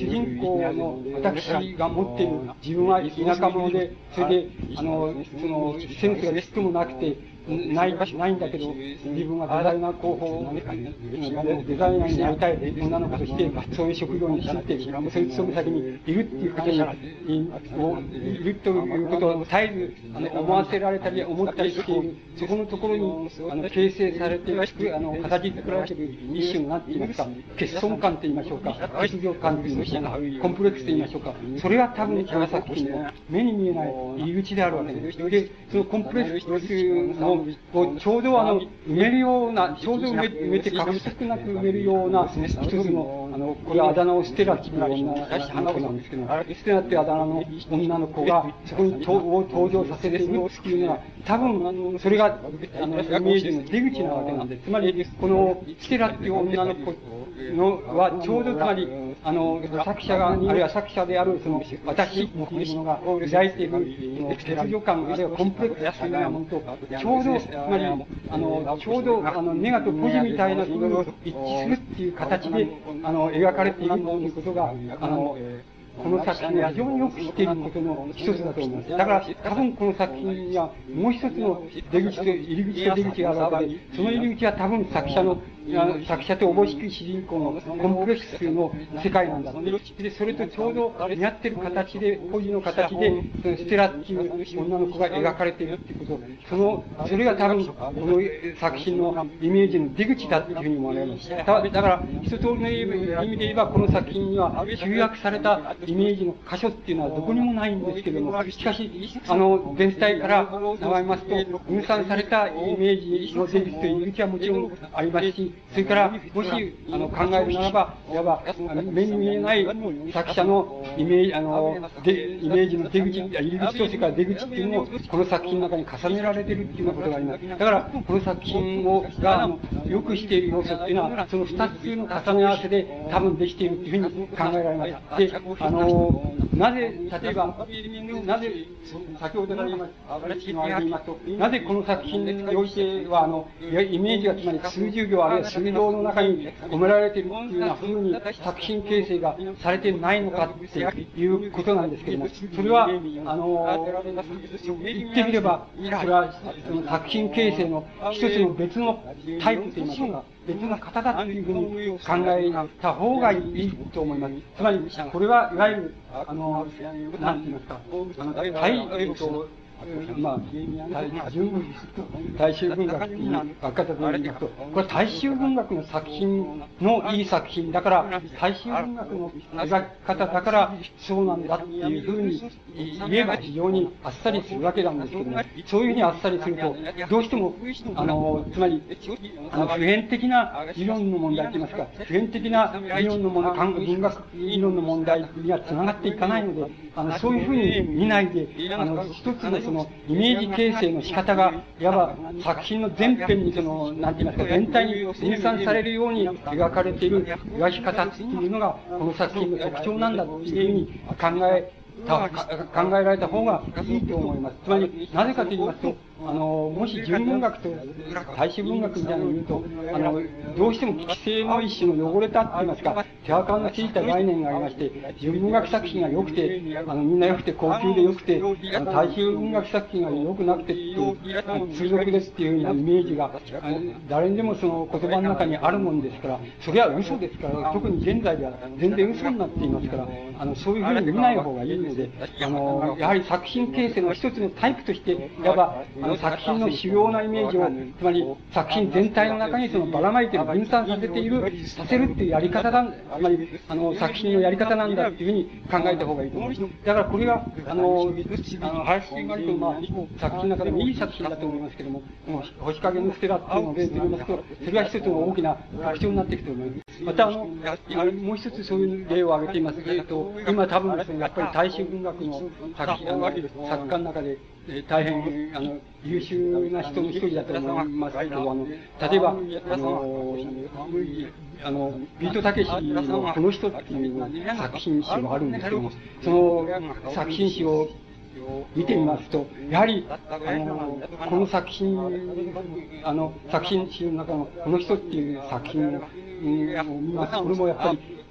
主人公の私が持っている自分は田舎者で、それで、あの、その、センスがちっともなくて、ない、ないんだけど、自分はデザイナー候補、デザイナーになりたい女の子として、そういう職業に就いて、そういう勤め先にいるっていうことに、いるということを絶えず、あの、思わせられたり、思ったりしている、そこのところに、あの、形成されて、あの、形作られている一種の、なんて言いますか、欠損感と言いましょうか、欠如感と言いましょうか、コンプレックスと言いましょうか、それが多分、この作品の目に見えない入り口であるわけです。で、そのコンプレックスの、をちょうどあの、埋めるような、ちょうど埋め埋めて隠したくなく埋めるような、一つの、あの、これはあだ名をステラっていう女の子なんですけど、ステラっていうあだ名の女の子が、そこに登場させているっていうのは、多分、それが、あの、イメージの出口なわけなんです。つまり、このステラっていう女の子のは、ちょうどつまり、あの、作者が、あるいは作者である、その、私っていうものが抱いている、その、欠如感、あるいはコンプレックスというようなものと、ちょうど、つまり、あの、ちょうど、あの、ネガとポジみたいな、それを一致するっていう形で、あの、描かれているということが、あの、この作品が非常によく知っていることの一つだと思います。だから、多分この作品にはもう一つの出口と、入り口と出口があるわけで、その入り口は多分作者の、作者とおぼしき主人公のコンプレックスの世界なんだ。で、それとちょうど似合ってる形で、ポジの形で、そのステラっていう女の子が描かれているっていうこと、その、それが多分、この作品のイメージの出口だっていうふうに思われます。だだから、一通りの意味で言えば、この作品には集約されたイメージの箇所っていうのはどこにもないんですけれども、しかし、あの、全体から眺めますと、分散されたイメージの出口という入り口はもちろんありますし、それから、もし、あの、考えるならば、いわば、目に見えない作者のイメージ、あの、で、イメージの出口、入り口とそれから出口っていうのを、この作品の中に重ねられているっていうようなことがあります。だから、この作品を、が、あの、よくしている要素っていうのは、その二つの重ね合わせで多分できているっていうふうに考えられます。で、あの、なぜ、例えば、なぜ、先ほどから言います、言いますと、なぜこの作品においては、あの、イメージがつまり数十行あるいは数行の中に込められているっていうような風に作品形成がされてないのかっていうことなんですけれども、それは、あの、言ってみれば、それは、その作品形成の一つの別のタイプといいましょうか、別の型だっていうふうに考えた方がいいと思います。つまり、これはいわゆる、あの、なんて言いますか、あの、対、えっと、まあ、大衆文大衆文学っていう書き方で言いますと、これは大衆文学の作品のいい作品だから、大衆文学の描き方だからそうなんだっていうふうに言えば非常にあっさりするわけなんですけども、そういうふうにあっさりすると、どうしても、あの、つまり、あの、普遍的な理論の問題といいますか、普遍的な理論の問題、文学理論の問題には繋がっていかないので、あの、そういうふうに見ないで、あの、一つのそのイメージ形成の仕方が、いわば作品の全編にその、なんて言いますか、全体に分散されるように描かれている描き方っていうのが、この作品の特徴なんだっていうふうに考えた、考えられた方がいいと思います。つまり、なぜかと言いますと、あの、もし純文学と大衆文学みたいなのを言うと、あの、どうしても規制の一種の汚れたって言いますか、手垢のついた概念がありまして、純文学作品が良くて、あの、みんな良くて高級で良くて、あの大衆文学作品が良くなくてっていう、通俗ですっていうようなイメージが、誰にでもその言葉の中にあるもんですから、それは嘘ですから、特に現在では全然嘘になっていますから、あの、そういうふうに見ない方がいいので、あの、やはり作品形成の一つのタイプとして、いわば、あの、作品の主要なイメージを、つまり作品全体の中にそのばらまいている、分散させている、させるっていうやり方だ、つまり、あの、作品のやり方なんだっていうふうに考えた方がいいと思います。だからこれが、あの、あの、林割と、まあ、作品の中でもいい作品だと思いますけども、星影のステラっていうのを例で言いますと、それは一つの大きな特徴になっていくと思います。また、あの、もう一つそういう例を挙げています。えっと、今多分、やっぱり大衆文学の作品、あの、作家の中で、えー、大変、あの、優秀な人の一人だと思いますけど、あの、例えば、あの、あの、ビートたけしのこの人っていう作品集があるんですけども、その作品集を見てみますと、やはり、あの、この作品、あの、作品集の中のこの人っていう作品を見ますと、これもやっぱり、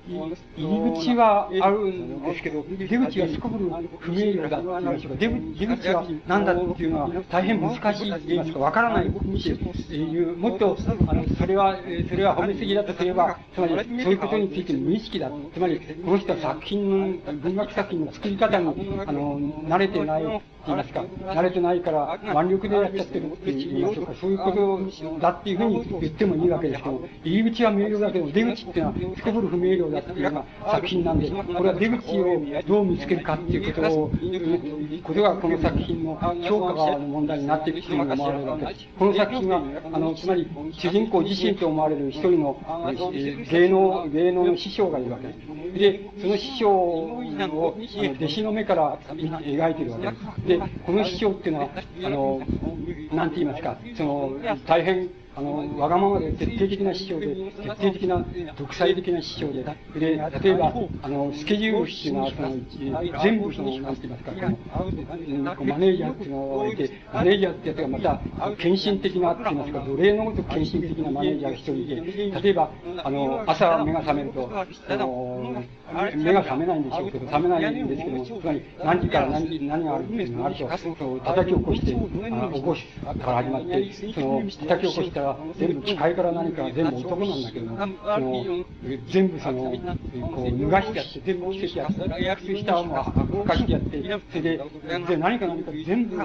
入り口はあるんですけど、出口はすこぶる不明瞭だって言いましょうか。出出口は何だっていうのは大変難しいと言いますか、わからないっていう、もっと、あの、それは、それは褒めすぎだとすれば、つまり、そういうことについて無意識だ。つまり、この人は作品の、文学作品の作り方に、あの、慣れてない、言いますか、慣れてないから腕力でやっちゃってるって言いましょうか、そういうことだっていうふうに言ってもいいわけですけど、入り口は明瞭だけど、出口っていうのはすこぶる不明瞭だっていうような作品なんで、これは出口をどう見つけるかっていうことを、ことがこの作品の評価側の問題になっていくというふうに思われるわけです。この作品は、あの、つまり、主人公自身と思われる一人の、えー、芸能、芸能の師匠がいるわけです。で、その師匠を、あの、弟子の目から描いているわけです。で、この師匠っていうのは、あの、なんて言いますか、その、大変、あの、わがままで徹底的な師匠で、徹底的な独裁的な師匠で、で、例えば、あの、スケジュールっていうのは、その、全部その、なんて言いますか、この、マネージャーっていうのがいて、マネージャーってやつがまた、献身的なって言いますか、奴隷のごとく献身的なマネージャーが一人いて、例えば、あの、朝目が覚めると、あの、目が覚めないんでしょうけど、覚めないんですけども、つまり、何時から何時、何があるっていうのがあると、叩き起こして、あ起こすから始まって、その、叩き起こしたら、全部機械から何か全部男なんだけども、その、全部その、こう、脱がしてやって、全部着せてやって、靴下をもかしてやって、それで、で、何か何か全部やって、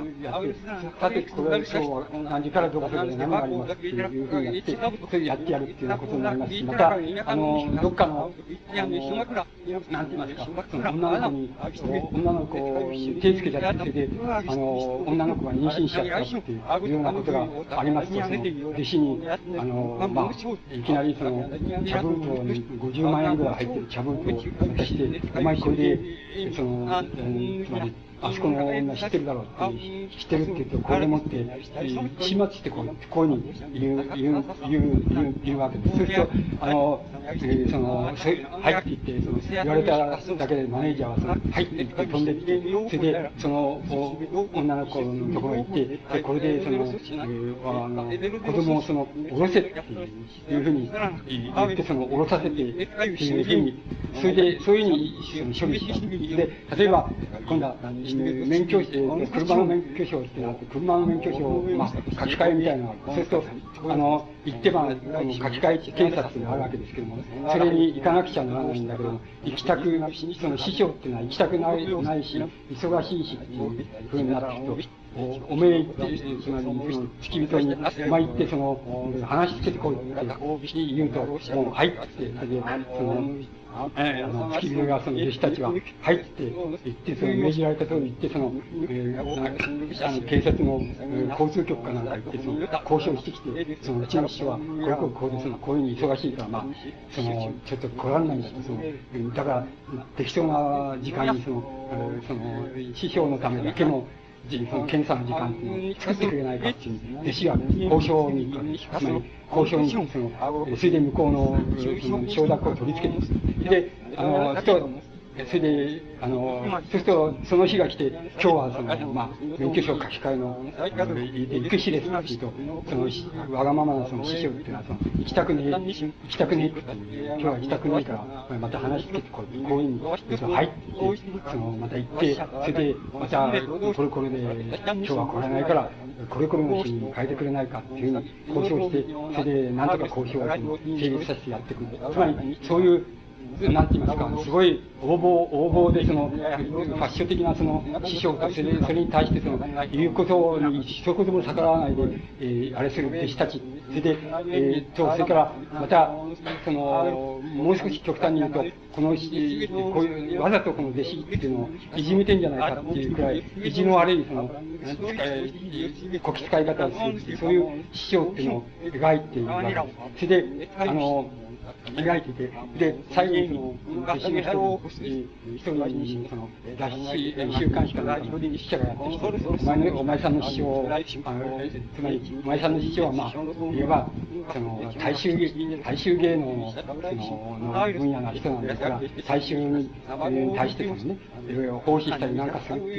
さて、これは今日は何時からどこで何がありますっていうふうにやって、それでやってやるっていうようなことになりますし、また、あの、どっかの、あの、なんて言いますか、その女の子に、女の子に手つけちゃって、それで、あの、女の子が妊娠しちゃったっていうようなことがありますと、その、弟子に、あの、まあ、いきなりその、茶封筒にごじゅうまんえんぐらい入ってる茶封筒を渡して、お前これで、その、うん、つまり、あそこの女知ってるだろうって、知ってるって言うと、これでもって、始末してこう、こういうふうに言う、言う、言う、言う、言うわけです。そうすると、あの、えー、その、そ入っていって、その、言われただけでマネージャーはその、入っていって飛んできて、それで、その、女の子のところに行って、で、これで、その、えー、あの、子供をその、下ろせっていうふうに言って、その、下ろさせて、っていうふうに、それで、そういうふうに処理した。で、例えば、今度は、免許、車の免許証ってなって、車の免許証を、まあ、書き換えみたいなのがある。そうすると、あの、行ってば、この書き換え検査っていうのがあるわけですけども、それに行かなくちゃならないんだけども、行きたく、その師匠っていうのは行きたくない、ないし、忙しいしっていう風になっていくと、おおめえ行って、つまり、その、付き人に、お前行って、その、話しつけてこいって言うと、もう、はいって、それで、その、えー、あの、付き人が、その弟子たちは、入って、行って、その、命じられた通り行って、その、えー、あの、警察の、えー、交通局かなんか行って、その、交渉してきて、その、うちの師匠は、こういうこうで、その、こういうふうに忙しいから、まあ、その、ちょっと来られないんだと、その、だから、適当な時間に、その、その、師匠のためだけの、その検査の時間っていうのを作ってくれないかっていう、弟子は交渉に行くわけです。つまり、交渉に、その、それで向こうの、その、承諾を取り付けて、で、あの、と、それで、あの、そうすると、その日が来て、今日はその、まあ、免許証書き換えの、行く日ですって言うと、その、わがままなその師匠っていうのは、その、行きたくねえ、行きたくねえって言う、今日は行きたくねえから、また話しつけてこい、こういうふうに、その、はいって言って、その、また行って、それで、また、これこれで、今日は来れないから、これこれの日に変えてくれないかっていうふうに交渉して、それで、なんとか交渉を成立させてやっていく。つまり、そういう、なんて言いますか、すごい横暴、横暴で、その、ファッション的なその、師匠と、それそれに対してその、言うことに一言も逆らわないで、えー、あれする弟子たち。それで、えー、と、それから、また、その、もう少し極端に言うと、この、こういう、わざとこの弟子っていうのをいじめてんじゃないかっていうくらい、意地の悪い、その、こき使い方をするっていう、そういう師匠っていうのを描いているわけです。それで、あの、描いていて、で、最後にその、弟子の一人、一人に、その、雑誌、週刊誌かなんかの記者がやってきて、お前の、お前さんの師匠、あの、つまり、お前さんの師匠は、まあ、言えば、その、大衆芸、大衆芸能の、その、の分野の人なんですから、大衆に対してそのね、奉仕したりなんかするっていう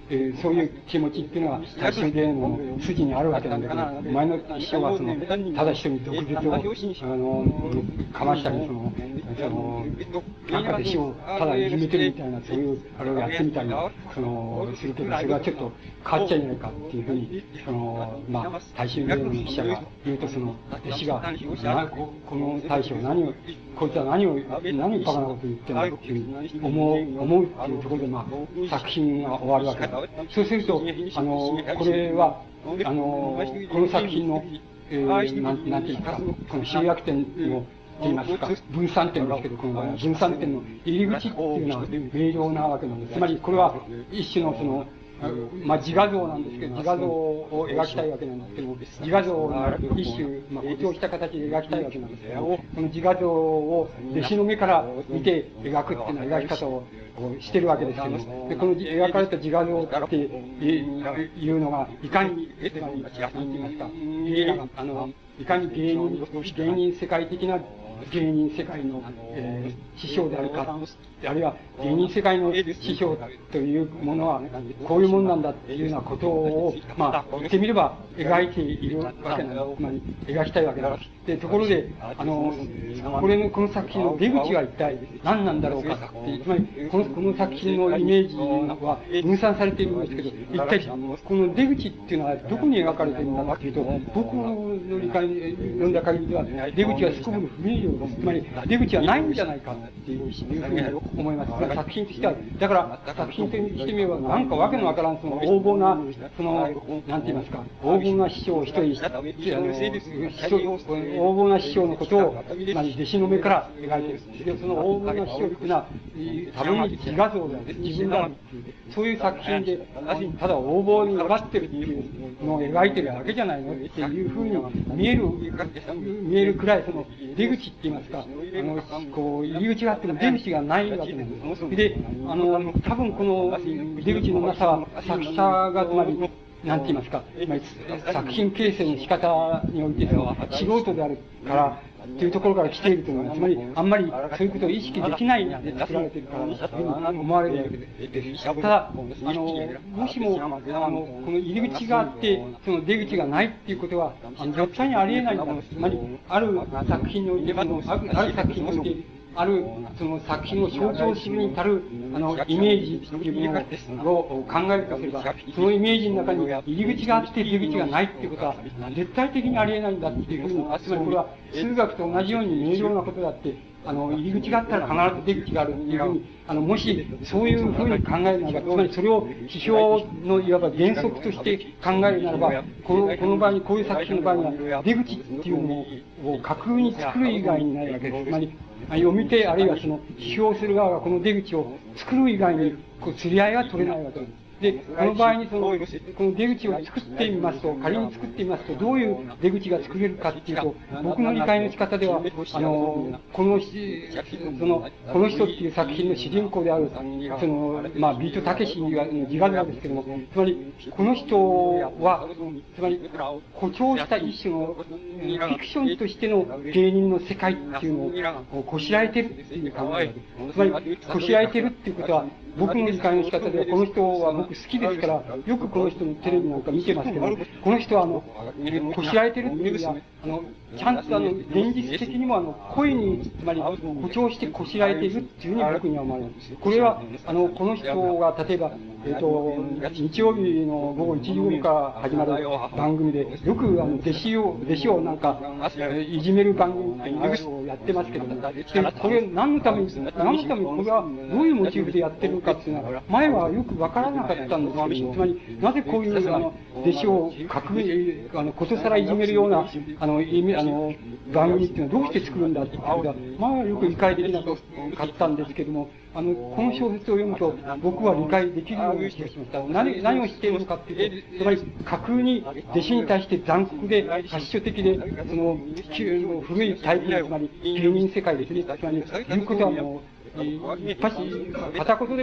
えー、そういう気持ちっていうのは大衆芸能の筋にあるわけなんだけど、前の師匠はその、ただ一人毒舌を、あの、かましたり、その、その、なんか弟子をただいじめてるみたいな、そういう、あれをやってみたり、その、するけど、それはちょっと変わっちゃいないかっていうふうに、その、まあ、大衆芸能の記者が言うと、その、弟子が、なここの大将何を、こいつは何を、何をバカなこと言ってんだっていうふうに思う、思うっていうところで、まあ、作品が終わるわけだ。そうすると、あの、これは、あの、この作品の、えー、なん、なんていうか、この集約点の、と言いますか、分散点ですけど、この場合は分散点の入り口っていうのは明瞭なわけなんです。つまり、これは一種のその、まあ、自画像なんですけど、自画像を描きたいわけなんですけども、自画像を一種、まあ、誇張した形で描きたいわけなんですけども、この自画像を弟子の目から見て描くっていうのは描き方をしてるわけですけど、でこの描かれた自画像っていうのが、いかに、つまり、なんて言いますか、あの、いかに芸人、芸人世界的な芸人世界の、えー、師匠であるか、あるいは芸人世界の師匠というものはこういうもんなんだっていうようなことを、まあ、言ってみれば描いているわけなんです。つまり、描きたいわけなんです。で、ところで、あの、これの、この作品の出口は一体何なんだろうかっていう、つまり、この、この作品のイメージは分散されているんですけど、一体、この出口っていうのはどこに描かれているんだっていうと、僕の理解、読んだ限りでは、出口はすこぶる不明瞭です。つまり、出口はないんじゃないかっていうふうに思います。作品としては、だから作品としてみれば、なんかわけのわからん、その横暴な、その、なんて言いますか、横暴な師匠を一人、あの、横暴な師匠のことを、つまり弟子の目から描いている。で、その横暴な師匠っていうのは、多分に自画像である、自分だっていう、そういう作品で、ただ横暴に描ってるっていうのを描いてるだけじゃないのっていうふうに見える、見えるくらい、その、出口って言いますか、あの、こう、入り口があっても出口がないわけなんです。で、あの、多分この出口のなさは、作者が、つまり、なんて言いますか、つまり作品形成の仕方において、その、素人であるから、というところから来ているというのは、つまり、あんまりそういうことを意識できないで作られているから、というふうに思われるわけです。ただ、あの、もしも、あの、この入り口があって、その出口がないっていうことは、あの絶対にありえないんだ。つまり、ある作品において、ある作品において、ある、その作品を象徴するに足る、あの、イメージっていうものを考えるとすれば、そのイメージの中に入り口があって出口がないっていうことは、絶対的にありえないんだっていうふうに、つまりこれは数学と同じように明瞭なことだって、あの、入り口があったら必ず出口があるっていうふうに、あの、もし、そういうふうに考えるならば、つまりそれを批評のいわば原則として考えるならば、この、この場合に、こういう作品の場合には、出口っていうのを架空に作る以外にないわけです。つまり、読み手、あるいはその、批評する側がこの出口を作る以外に、こう、釣り合いは取れないわけです。で、この場合にその、この出口を作ってみますと、仮に作ってみますと、どういう出口が作れるかっていうと、僕の理解の仕方では、あの、この、その、この人っていう作品の主人公である、その、まあ、ビートたけしの自画像ですけども、つまり、この人は、つまり、誇張した一種の、フィクションとしての芸人の世界っていうのを、こしらえてるっていう考えつまり、こしらえてるっていうことは、僕の理解の仕方では、この人は僕好きですから、よくこの人のテレビなんか見てますけど、この人はあの、こしらえてるっていうのは、あの、ちゃんとあの、現実的にもあの、声に、つまり、誇張してこしらえているっていうふうに僕には思われます。これは、あの、この人が、例えば、えっと、日曜日の午後いちじ頃から始まる番組で、よくあの、弟子を、弟子をなんか、いじめる番組っていうのをやってますけど、で、これ何のために、何のために、これはどういうモチーフでやってるのかっていうのは、前はよくわからなかったんですけど、つまり、なぜこういう、あの、弟子を格、あの、ことさらいじめるような、あの、意味、あの、番組っていうのはどうして作るんだっていうことが、前はよく理解できなかったんですけども、あの、この小説を読むと、僕は理解できるような気がしました。何、何を知っているのかっていうと、つまり、架空に弟子に対して残酷で、発祥的で、その、古いタイプの、つまり、芸人世界ですね。つまり、いうことはもう、一発、片言で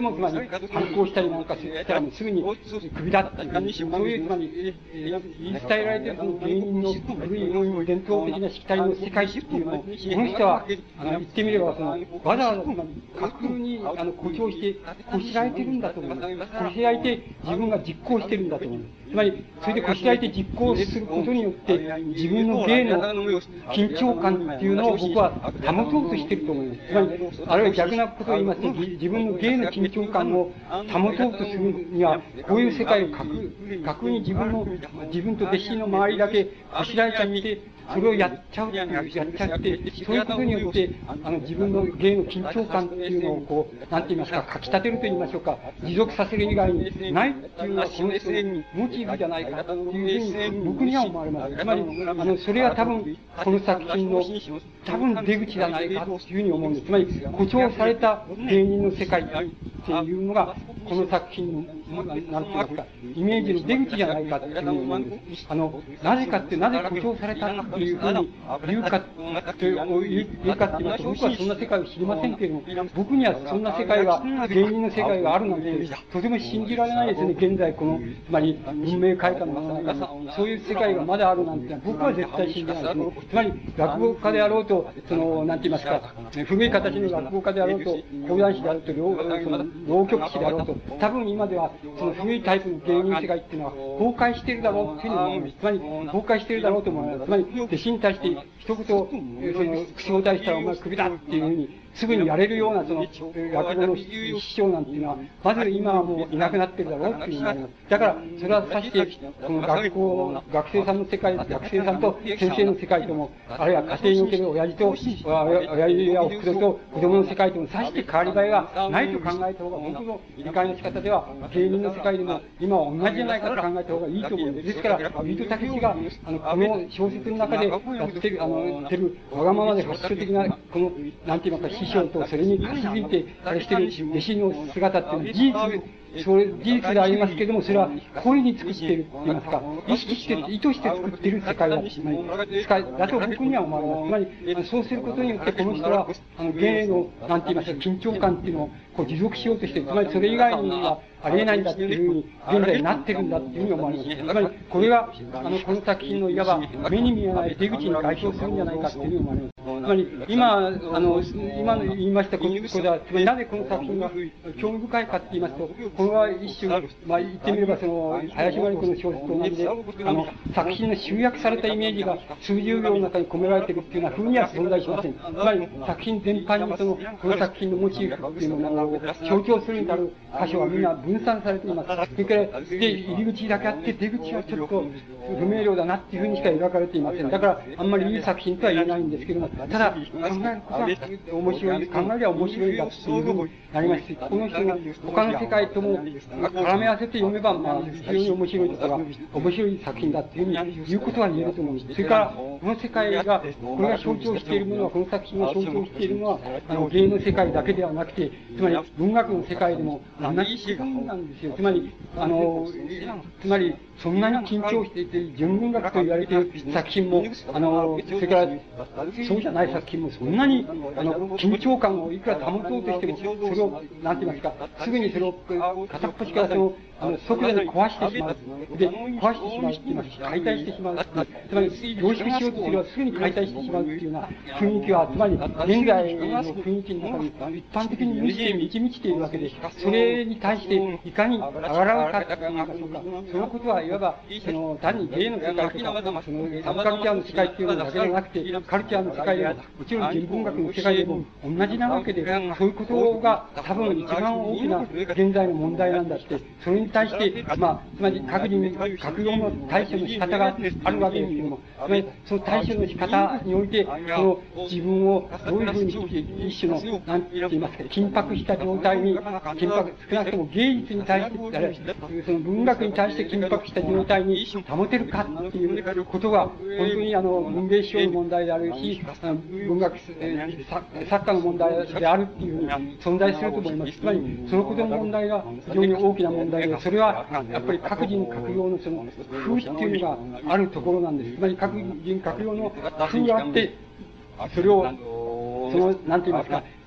も、つまり、反抗したりなんかしたらもうすぐにクビだっていう、そういう、つまり、言い伝えられているその芸人の古い伝統的なしきたりの世界っていうのを、この人は、あの、言ってみれば、その、わざわざ、つまり、架空に、あの、誇張して、こしらえてるんだと思います。こしらえて、自分が実行してるんだと思います。つまり、それでこしらえて実行することによって、自分の芸の緊張感っていうのを僕は保とうとしていると思います。つまり、あるいは逆なことを言いますと、自分の芸の緊張感を保とうとするには、こういう世界を架空、架空に自分の、自分と弟子の周りだけこしらえちゃって、それをやっちゃうっていう、やっちゃって、そういうことによって、あの、自分の芸の緊張感っていうのを、こう、なんて言いますか、かき立てると言いましょうか、持続させる以外にないっていうのは、この人のモチーフじゃないかっていうふうに、僕には思われます。つまり、あの、それは多分、この作品の、多分出口じゃないかっていうふうに思うんです。つまり、誇張された芸人の世界っていうのが、この作品の、なんて言いますか、イメージの出口じゃないかっていうふうに思うんです。あの、なぜかって、なぜ誇張されたというふうに言うか、という言うかって言いますと、僕はそんな世界を知りませんけれども、僕にはそんな世界が、芸人の世界があるなんて、とても信じられないですね、現在この、つまり文明開化のものが、そういう世界がまだあるなんて、僕は絶対信じないですね。つまり、落語家であろうと、その、なんて言いますか、古い形の落語家であろうと、講談師であろうと、その、浪曲師であろうと、多分今では、その古いタイプの芸人世界っていうのは、崩壊しているだろうというふうに思います。つまり、崩壊しているだろうと思います。つまり、弟子に対して、一言、その、口を出したらお前クビだっていうふうに、すぐにやれるような、その、落語の師匠なんていうのは、まず今はもういなくなってるだろうっていうふうに思います。だから、それはさして、この学校、学生さんの世界、学生さんと先生の世界とも、あるいは家庭における親父と、親父やおふくろと子供の世界とも、さして変わり映えがないと考えた方が、僕の理解の仕方では、芸人の世界でも、今は同じじゃないかと考えた方がいいと思うんです。ですから、ビートたけしが、あの、この小説の中でやってる、あの、言ってる、わがままで発祥的な、この、なんて言いますか、師匠とそれに貸し付いて、あれしてる弟子の姿っていうのは事実、それ、事実でありますけれども、それは故意に作っているって言いますか、意識して、意図して作っている世界だ、つまり、世界だと僕には思われます。つまり、そうすることによって、この人は、あの、芸の、なんて言いますか、緊張感っていうのを、こう持続しようとしている。つまり、それ以外にはありえないんだっていうふうに、現在なってるんだっていうふうに思われます。つまり、これが、あの、この作品のいわば、目に見えない出口に該当するんじゃないかっていうふうに思われます。つまり、今、あの、今の言いましたことでは、つまりなぜこの作品が興味深いかって言いますと、これは一種、まあ言ってみればその、林真理子の小説と同じで、あの、作品の集約されたイメージが数十秒の中に込められているっていうような風には存在しません。つまり、作品全般にその、この作品のモチーフっていうのを象徴するになる箇所はみんな分散されています。それから、で、入り口だけあって、出口はちょっと不明瞭だなっていうふうにしか描かれていません。だから、あんまりいい作品とは言えないんですけども、ただ、考えることは面白い、考えれば面白いんだっていうふうになりますし、この人が他の世界とも絡め合わせて読めば、まあ、非常に面白いとか、面白い作品だっていうふうに言うことは言えると思うんです。それから、この世界が、これが象徴しているものは、この作品が象徴しているのは、あの、芸の世界だけではなくて、つまり、文学の世界でも同じ世界なんですよ。つまり、あの、つまり、そんなに緊張していて、純文学と言われている作品も、あの、それから、そうじゃない作品も、そんなに、あの、緊張感をいくら保とうとしても、それを、なんて言いますか、すぐにそれを、片っ端からその、あの、即座に壊してしまう。で、壊してしまうって言います。解体してしまう。つまり、凝縮しようとすればすぐに解体してしまうっていうような雰囲気は、つまり、現在の雰囲気の中に一般的に満ちて、満ち満ちているわけで、それに対して、いかに抗うかって言いましょうか。そのことは、いわば、その、単に芸の世界とか、その、サブカルチャーの世界っていうのだけではなくて、カルチャーの世界でも、もちろん純文学の世界でも同じなわけで、そういうことが多分一番大きな現在の問題なんだって、それに対して、まあ、つまり各人、各用の対処の仕方があるわけですけども、つまりその対処の仕方において、その自分をどういうふうに一種の、なんて言いますか、緊迫した状態に、緊迫、少なくとも芸術に対して、あるいはその文学に対して緊迫した状態に保てるかっていうことが、本当にあの、文芸賞の問題であるし、文学、えー、作家の問題であるっていうふうに存在すると思います。つまり、そのことの問題が非常に大きな問題で、それはやっぱり各人各用のその風っていうのがあるところなんです。つまり各人各用の風があって、それを、その、なんて言いますか、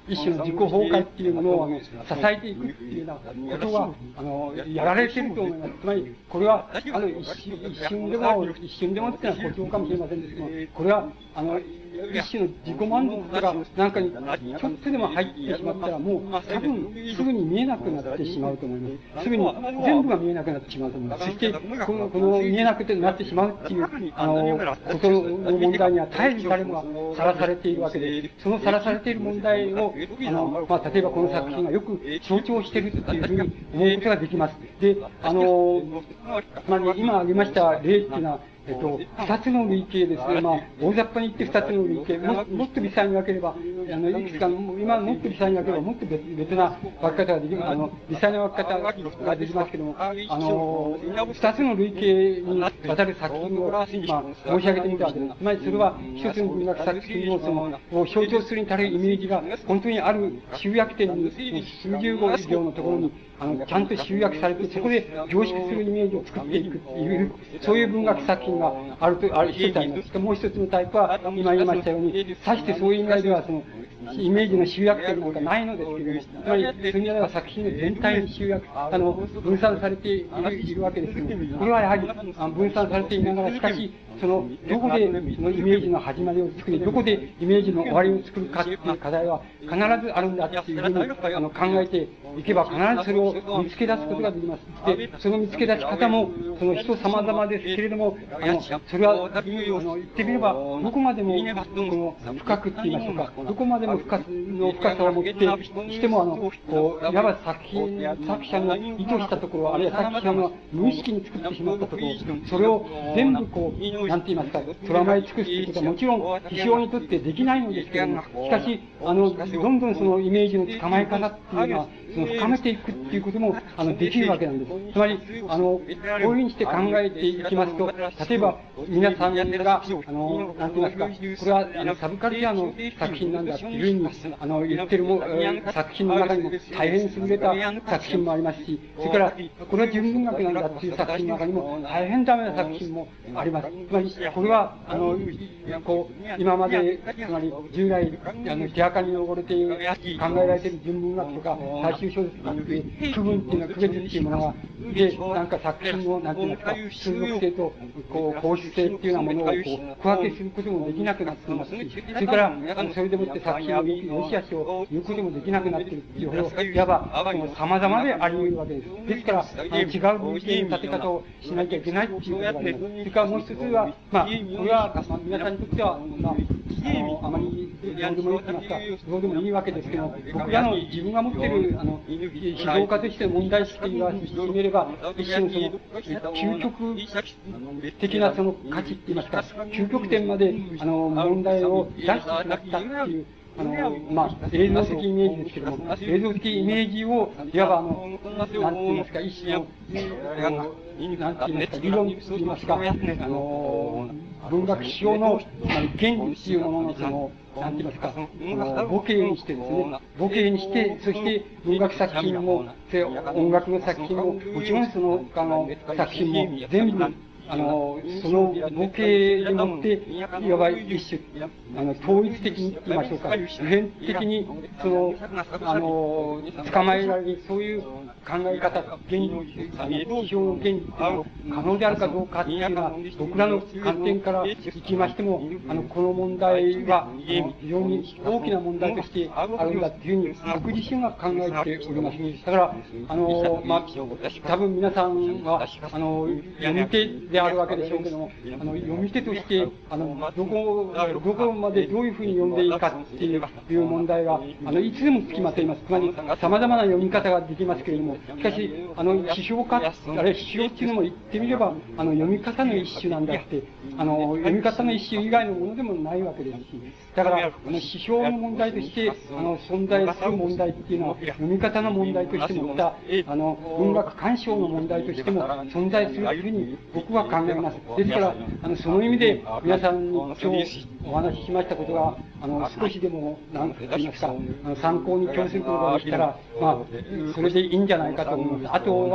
一種の自己崩壊っていうものを、あの、支えていくっていうようなことが、あの、やられていると思います。つまり、これは、あの、一瞬一瞬でも、一瞬でもっていうのは誇張かもしれませんですけども、これは、あの、一種の自己満足とか、なんかに、ちょっとでも入ってしまったら、もう、多分、すぐに見えなくなってしまうと思います。すぐに、全部が見えなくなってしまうと思います。そして、この、この見えなくなってしまうっていう、あの、ことの問題には絶えず誰もがさらされているわけで、そのさらされている問題を、あの、まあ、例えばこの作品がよく象徴しているっていうふうに思うことができます。で、あの、つまり今挙げました例っていうのは、えっと、二つの類型ですね。まあ、大雑把に言って二つの類型。も、もっと微細に分ければ、あの、いくつか、今もっと微細に分ければ、もっと別別な分け方ができる、あの、微細な分け方ができますけども、あの、二つの類型にわたる作品を、まあ、申し上げてみたわけです。つまり、それは一つの文学作品の、その、を象徴するに足るイメージが、本当にある集約点に、数十五秒のところに、あの、ちゃんと集約されて、そこで凝縮するイメージを作っていくっていう、そういう文学作品があると、ある一つあります。もう一つのタイプは、今言いましたように、さしてそういう意味では、その、イメージの集約点なんかないのですけれども、つまり、そういう意味では作品の全体に集約、あの、分散されているいるわけですけども、これはやはり、あ分散されていながら、しかし、その、どこでそのイメージの始まりを作り、どこでイメージの終わりを作るかっていう課題は必ずあるんだっていうふうに、あの、考えていけば必ずそれを見つけ出すことができます。で、その見つけ出し方も、その人様々ですけれども、あの、それは、あの、言ってみれば、どこまでも、この、深くって言いましょうか、どこまでも深の深さを持って、しても、あの、こう、いわば作品、作者の意図したところ、あるいは作者の無意識に作ってしまったところ、それを全部こう、なんて言いますか、捉まえ尽くすということはもちろん、批評にとってできないのですけれども、しかし、あの、どんどんそのイメージの捕まえ方っていうのは、その深めていくっていうことも、あの、できるわけなんです。つまり、あの、こういうふうにして考えていきますと、例えば、皆さんが、あの、なんて言いますか、これは、あの、サブカルチャーの作品なんだっていうふうに、あの、言ってるも、えー、作品の中にも大変優れた作品もありますし、それから、これは純文学なんだっていう作品の中にも大変ダメな作品もあります。つまり、これは、あの、こう、今まで、つまり、従来、あの、手垢に汚れている、考えられている純文学とか、大衆小説とかっていう、区分っていうのは、区別っていうものが、で、なんか作品の、なんていうんですか、通俗性と、こう、公式性っていうようなものを、こう、区分けすることもできなくなっていますし、それから、あの、それでもって作品の良し悪しを言うこともできなくなっているっていうほど、いわば、その、様々であり得るわけです。ですから、あの違う文献の立て方をしなきゃいけないっていうことがあります。それからもう一つは、まあ、これは、まあ、皆さんにとっては、まあ、あの、あまりどうでもいいと言いますか、どうでもいいわけですけど、僕らの自分が持っている、あの、批評家としての問題意識と言わせてみれば、一種のその、究極的なその価値って言いますか、究極点まで、あの、問題を出してしまったっていう、あの、まあ、映像的イメージですけども、映像的イメージを、いわばあの、なんて言いますか、一種の、なんて言いますか、理論と言いますか、あの、文学史上の、まあ、原理っていうものの、その、なんて言いますか、その、母形にしてですね、母形にして、そして文学作品も、音楽の作品も、もちろんその、あの、作品も全部、あの、その母形でもって、いわば一種、あの、統一的に言いましょうか、普遍的に、その、あの、捕まえられる、そういう考え方、原理、あの、批評の原理っていうのが可能であるかどうかっていうのは、僕らの観点からいきましても、あの、この問題は、あの、非常に大きな問題としてあるんだっていうふうに、僕自身は考えております。だから、あの、まあ、多分皆さんは、あの、読み手であるわけでしょうけども、あの、読み手として、あの、どこ、どこまでどういうふうに読んでいいかっていう問題は、あの、いつでもつきまといます。つまり、様々な読み方ができますけれども、しかし、あの、批評家、あれ、批評っていうのも言ってみれば、あの、読み方の一種なんだって、あの、読み方の一種以外のものでもないわけですし、だから、あの、批評の問題として、あの、存在する問題っていうのは、読み方の問題としても、また、あの、文学鑑賞の問題としても存在するというふうに僕は考えます。ですから、あの、その意味で、皆さんに今日お話ししましたことが、あの、少しでも、なんと言いますか、あの、参考に供することができたら、まあ、それでいいんじゃないかと思います。あとは、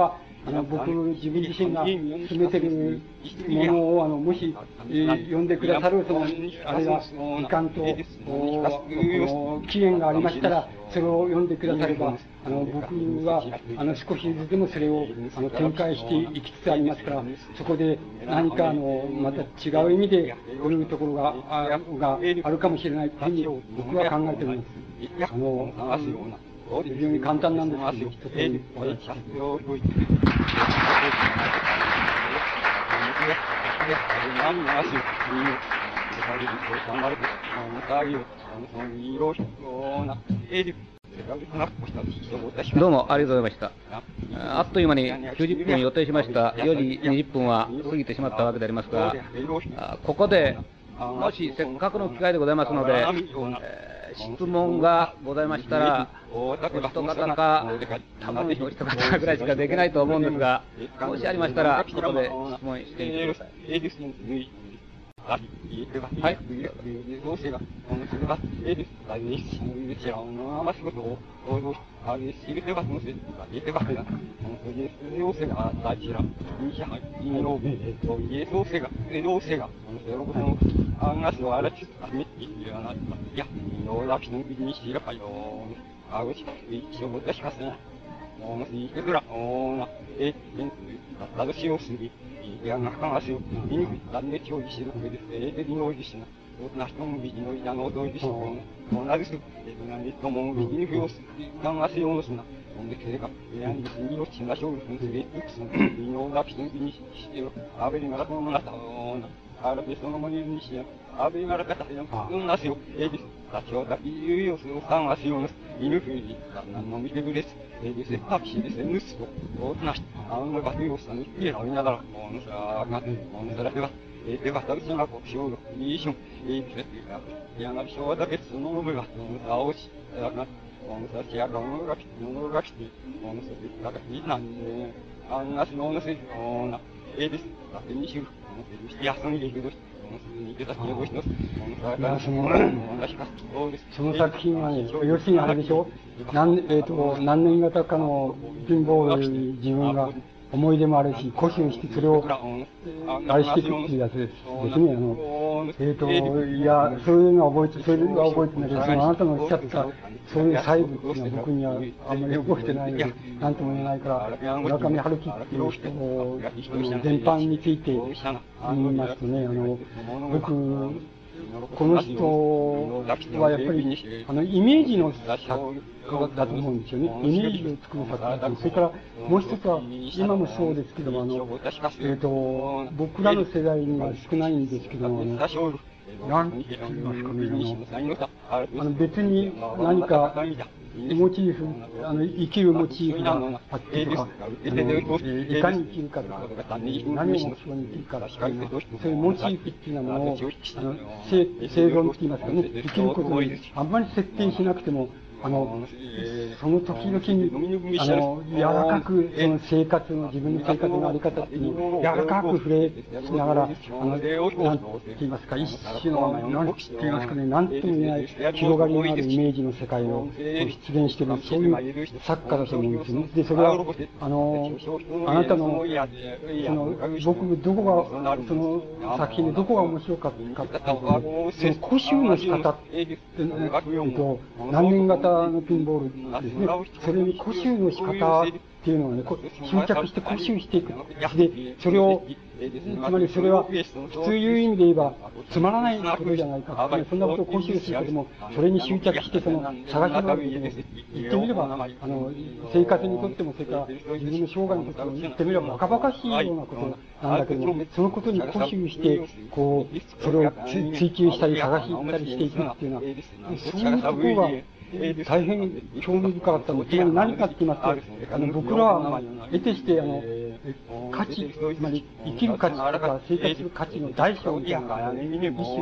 あの、僕、自分自身が進めてるものを、あの、もし、えー、読んでくださる、その、あれが、時間と、この、期限がありましたら、それを読んでくだされば、あの、僕は、あの、少しずつでもそれを、あの、展開していきつつありますから、そこで何か、あの、また違う意味で、読むところが、あがあるかもしれないというふうに、僕は考えております。あの、非常に簡単なんですけど、一つにお話しさせていただきます。 どうもありがとうございました。あっという間にきゅうじゅっぷん予定しましたよじにじゅっぷんは過ぎてしまったわけでありますが、ここでもしせっかくの機会でございますので、えー、質問がございましたら、お一方か、多分お一方ぐらいしかできないと思うんですが、もしありましたら、ここで質問してみてください。はい。 yang akan hasil ini dan ne choy shi ru de de di no shi na na ston bi no ya no do shi ko no na su de na ni to mo bi ni fios kan hasil no su na onde que ka ya ni ni no chin na show fun de x ni no na pin bi ni shi ro a be ni na ko na ta na a be so no mo ni shi a be na ka ta ya un na su e di ta cho da yu yu su kan hasil no ini fi na no mi de desでせパピシですね、息子をなし、あのバトルをしたの、いや、みんなだろ、ものさ、が、ものさらでは、え、では、たぶんがこう、しようよ、いいしょ、え、ピレットが、いや、なびしょうだけ、その部が、ものさ、おし、だが、ものさ、しやがものがき、ものがきて、ものさ、だが、いいなんで、あんなしののせ、もな、えです、だってにしゅう、ものせ、休みでいくとして、いや、その、その作品はね、要するにあれでしょ、何、えっと、何年型かのピンボールに自分が思い出もあるし、固執してそれを、あれしていくっていうやつです。ですね、あの、えっと、いや、そういうのは覚えて、それは覚えてないけど、そのあなたのおっしゃった、そういう細部っていうのは僕にはあんまり覚えてないので、なんとも言えないから、村上春樹っていう人の全般について言いますとね、あの、僕、この人はやっぱり、あの、イメージの作家だと思うんですよね。イメージを作る作家。それから、もう一つは、今もそうですけども、あの、えっと、僕らの世代には少ないんですけども、あの、なんて言いますかね、あの、あの別に何か、モチーフ、あの、生きるモチーフがあってとか、あの、いかに生きるかとか、何を目標に生きるかっていうのは、そういうモチーフっていうものを、あの、生存って言いますかね、生きることにあんまり設定しなくても、あの、その時々に、あの、柔らかく、その生活の、自分の生活のあり方っていうのを、柔らかく触れしながら、あの、なんて言いますか、一種の、なんて言いますかね、なんとも言えない、広がりのあるイメージの世界を出現している、そういう作家だと思うんですよね。で、それは、あの、あなたの、その、僕、どこが、その作品でどこが面白かったかっていうと、その固執の仕方って、えっと、何年型のピンボールですね。それに固執の仕方っていうのはね、執着して固執していく。で、それを、つまりそれは、普通いう意味で言えば、つまらないことじゃないかって、そんなことを固執することも、それに執着して、その、探し回ることも、言ってみれば、あの、生活にとっても、それから自分の生涯にとっても、言ってみれば、バカバカしいようなことなんだけども、そのことに固執して、こう、それを追求したり、探し行ったりしていくっていうのは、そういうところが、大変興味深かったので、つまり何かって言いますと、あの、僕らは、得てして、あの、価値、つまり生きる価値とか生活する価値の大小みたいな一種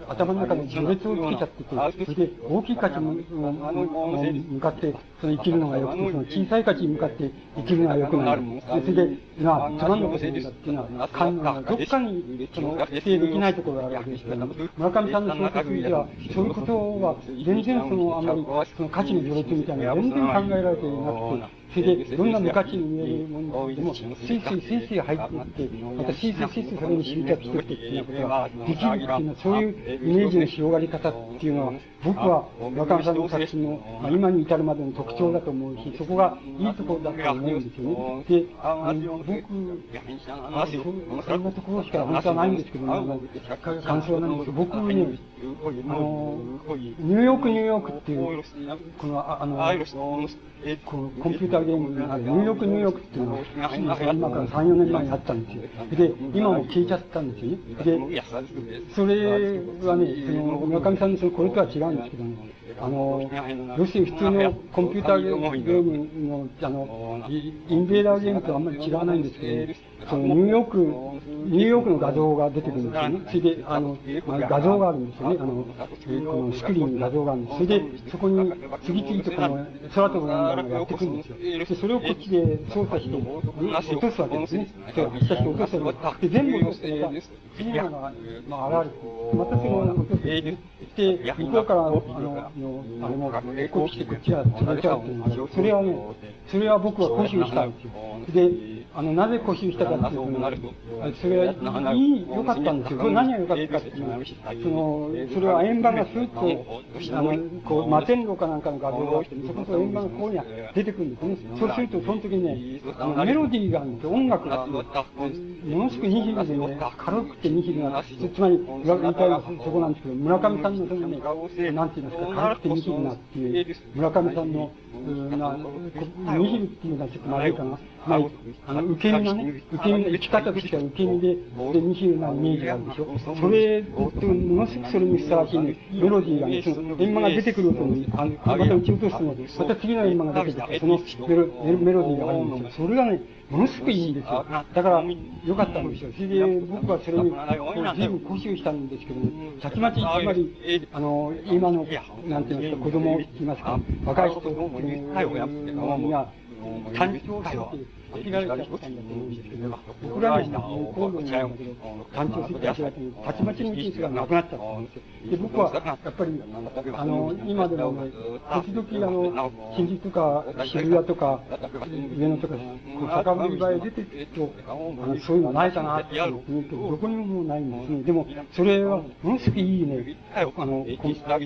頭の中の序列をつけちゃってて、それで大きい価値に向かって、その生きるのが良くて、その小さい価値に向かって生きるのが良くない。でそれで、まあ、つまんのことなんだっていうのは、どっかに、その、否定できないところがあるわけですけど、村上さんの小説では、そういうことは、全然その、あんまり、その価値の序列みたいなのは全然考えられていなくて、それで、どんな無価値に見えるものでも、スイスイスイスイ入っていって、またスイスイスイスイそれに執着していくっていうようなことができるっていうのは、そういうイメージの広がり方っていうのは、僕は若野さんの作品の、まあ、今に至るまでの特徴だと思うし、そこがいいところだと思うんですよね。で、あの僕、あそそんなところしか本当はないんですけども、あの感想なんですけど、僕ね、あの、ニューヨークニューヨークっていう、この、あの、このコンピューターゲームのニューヨークニューヨークっていうのを今からさん、よねんまえにあったんですよ。で、今も消えちゃったんですよね。で、それはね、その村上さんのそのこれとは違うんですけどね、あの、要するに普通のコンピューターゲームの、あの、インベーダーゲームとあんまり違わないんですけど、そのニューヨーク、ニューヨークの画像が出てくるんですよね。それで、あの、画像があるんですよね。あの、このスクリーンに画像があるんです。それで、そこに次々とこの空飛ぶなんだがやってくるんですよ。で、それをこっちで操作して落とすわけですね。そう、発射して落とすわけです。で、全部の、次のが、まあ、現れて、またその、落とす。で、向こうから、あの、あれも、こっちでこっちが潰れちゃうっていうんですよ。それはね、それは僕は固執したんですよ。で、あの、なぜ固執したかっていうと、それは、いい、良かったんですよ。それ何が良かったかっていうのは、その、それは円盤がスーッと、あの、こう、摩天楼かなんかの画像があって、そこと円盤がこうに出てくるんですね。そうすると、その時にね、あのメロディーがあるんですよ。音楽が、ものすごくニヒルでね、軽くてニヒルな、つまり、言いたいのはそこなんですけど、村上さんのそのね、なんて言いますか、軽くてニヒルなっていう、村上さんの、な、ニヒルっていうのはちょっとまずいかな。まあ、あの、受け身がね、受け身の生き方としては受け身で、で、ニヒルなイメージがあるでしょ。それと、ものすごくそれにふさわしいね、メロディーがね、その、円盤が出てくるとに、あの、また打ち落とすので、また次の円盤が出てきて、そのメロメロディーがあるんですよ。それがね、ものすごくいいんですよ。だから、良かったんですよ。それで、僕はそれに、随分固執したんですけども、たちまち、つまり、あの、今の、なんて言いますか、子供って言いますか、若い人っていうのが、単調さって、飽きられちゃったんだと思うんですけど、僕らの今度なんだけど、単調すぎて飽きられて、たちまちのうちにそれがなくなっちゃったんですよ。で、僕は、やっぱり、あの、今でもね、時々、あの、新宿とか渋谷とか、上野とか、酒盛り場へ出てくると、あの、そういうのないかなって思うけど、どこにもないんですね。でも、それは、ものすごくいいね、あの、この、コンピュータ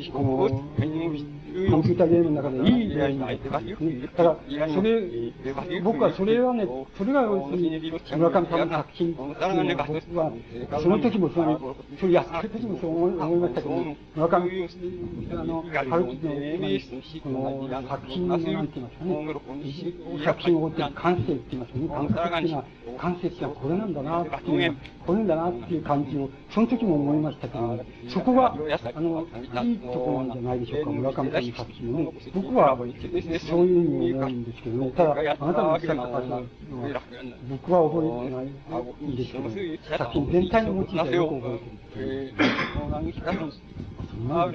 ーゲームの中でいい例になってますね。だから、それ、僕はそれはね、それが要するに村上さんの作品っていうのは、僕は、その時もつまり、それやってる時もそう思いましたけど、村上、あの、春樹の、この作品の、なんて言いますかね、作品を追ってる感性って言いますかね、感覚っていうのは、感性っていうのはこれなんだなっていう、これなんだなっていう感じを、その時も思いましたけど、そこが、あの、いいところなんじゃないでしょうか、村上さんの作品もね。僕は、そういうふうに思うんですけどね、ただ、あなたのおっしゃった方は、僕は覚えてないんですけど、作品全体のモチーフはよく覚えてる。はい、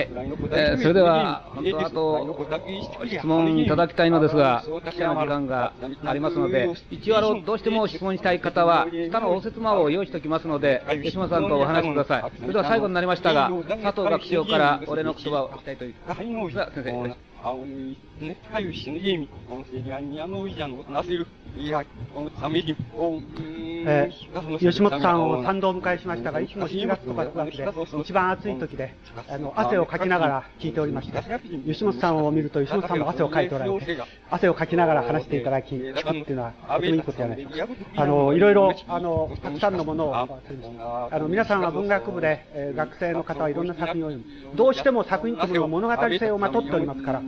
えー、それでは、本当はあと、質問いただきたいのですが、記者の時間がありますので、一応あの、どうしても質問したい方は、下の応接間を用意しておきますので、手島さんとお話しください。それでは最後になりましたが、佐藤学長からお礼の言葉を聞きたいという。では、先生。 えー、吉本さんを賛同を迎えしましたが、いつもしちがつとかくがつで一番暑い時で、あの、汗をかきながら聞いておりました。吉本さんを見ると、吉本さんも汗をかいておられて、汗をかきながら話していただき、聞くっていうのは、とてもいいことじゃないですか。あの、いろいろ、あの、たくさんのものを、あの、皆さんは文学部で、えー、学生の方はいろんな作品を読む。どうしても作品というのは物語性をまとっておりますから、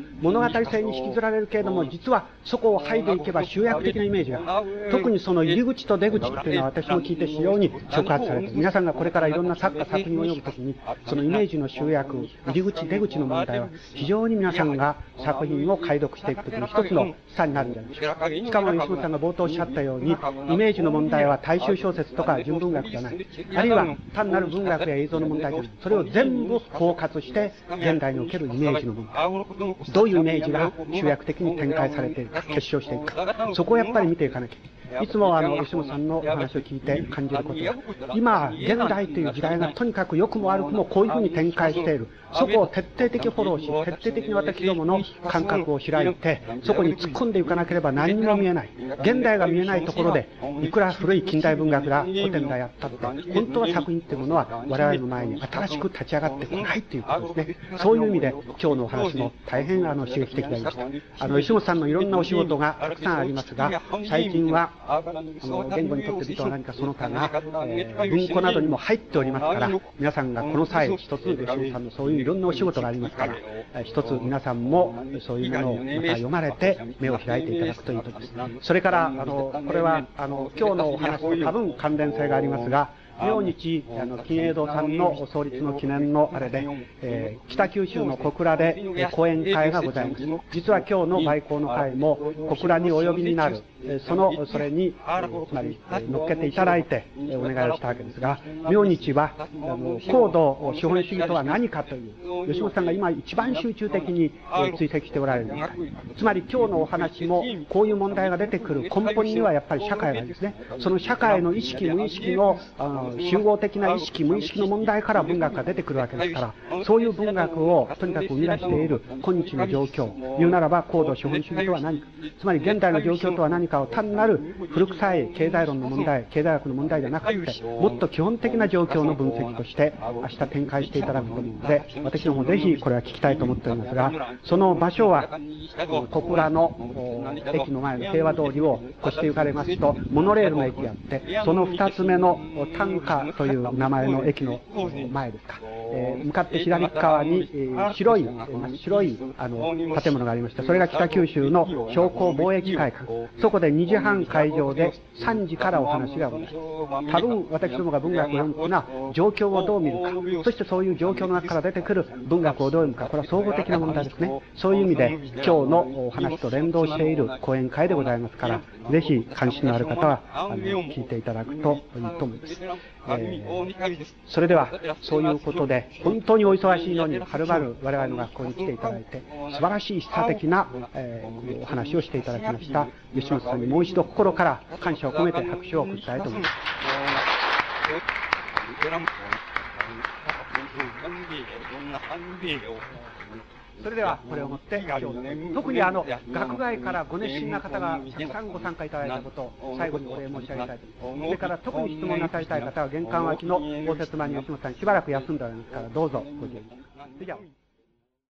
物語性に引きずられるけれども、実はそこを剥いでいけば集約的なイメージが、特にその入り口と出口っていうのは私も聞いて非常に触発されて、皆さんがこれからいろんな作家作品を読むときに、そのイメージの集約、入り口出口の問題は非常に皆さんが作品を解読していくときに一つの差になるんじゃないでしょうか。しかも吉本さんが冒頭おっしゃったように、イメージの問題は大衆小説とか純文学じゃない。あるいは単なる文学や映像の問題じゃない。それを全部包括して現代におけるイメージの問題。どういうイメージが集約的に展開されているか、結晶していくか。そこをやっぱり見ていかなきゃいけない。いつもあの吉本さんのお話を聞いて感じることは、今現代という時代がとにかく良くも悪くもこういうふうに展開している。そこを徹底的フォローし、徹底的に私どもの感覚を開いて、そこに突っ込んでいかなければ何にも見えない。現代が見えないところで、いくら古い近代文学が古典だやったって、本当は作品っていうものは我々の前に新しく立ち上がってこないということですね。そういう意味で今日のお話も大変あの刺激的でありました。あの吉本さんのいろんなお仕事がたくさんありますが、最近はあの言語にとって美とは何かその他が、えー、文庫などにも入っておりますから、皆さんがこの際一つ吉本さんのそういういろんなお仕事がありますから、一つ皆さんもそういうものをまた読まれて目を開いていただくといいと思います。それからあのこれはあの今日のお話と多分関連性がありますが、明日、あの、金栄堂さんの創立の記念のあれで、えー、北九州の小倉で、えー、講演会がございます。実は今日の外交の会も小倉にお呼びになる、えー、その、それに、えー、つまり、えー、乗っけていただいて、えー、お願いをしたわけですが、明日は、あの、高度資本主義とは何かという、吉本さんが今一番集中的に、えー、追跡しておられる問題。つまり今日のお話も、こういう問題が出てくる根本にはやっぱり社会があるんですね。その社会の意識、無意識の、あの集合的な意識、無意識の問題から文学が出てくるわけですから、そういう文学をとにかく生み出している今日の状況、言うならば高度資本主義とは何か、つまり現代の状況とは何かを単なる古臭い経済論の問題、経済学の問題じゃなくて、もっと基本的な状況の分析として明日展開していただくと思うので、私どもぜひこれは聞きたいと思っておりますが、その場所は小倉の駅の前の平和通りを越して行かれますと、モノレールの駅があって、その二つ目の単価という名前の駅の前ですか、えー、向かって左側に、えー、白い、えー、白いあの建物がありまして、それが北九州の商工貿易会館、そこでにじはん会場でさんじからお話がございます。多分私どもが文学を読むというのは状況をどう見るか、そしてそういう状況の中から出てくる文学をどう読むか、これは総合的な問題ですね。そういう意味で今日のお話と連動している講演会でございますから、ぜひ関心のある方はあの聞いていただくといいと思います。えー、それではそういうことで本当にお忙しいのにはるばる我々の学校に来ていただいて素晴らしい示唆的な、えー、お話をしていただきました吉本さんにもう一度心から感謝を込めて拍手を送りたいと思います。それではこれをもって今日特にあの学外からご熱心な方がたくさんご参加いただいたことを最後にお礼申し上げたいと思います。それから特に質問なさりたい方は玄関脇の応接間に吉本さんしばらく休んでおりますからどうぞご自由に。それじゃあ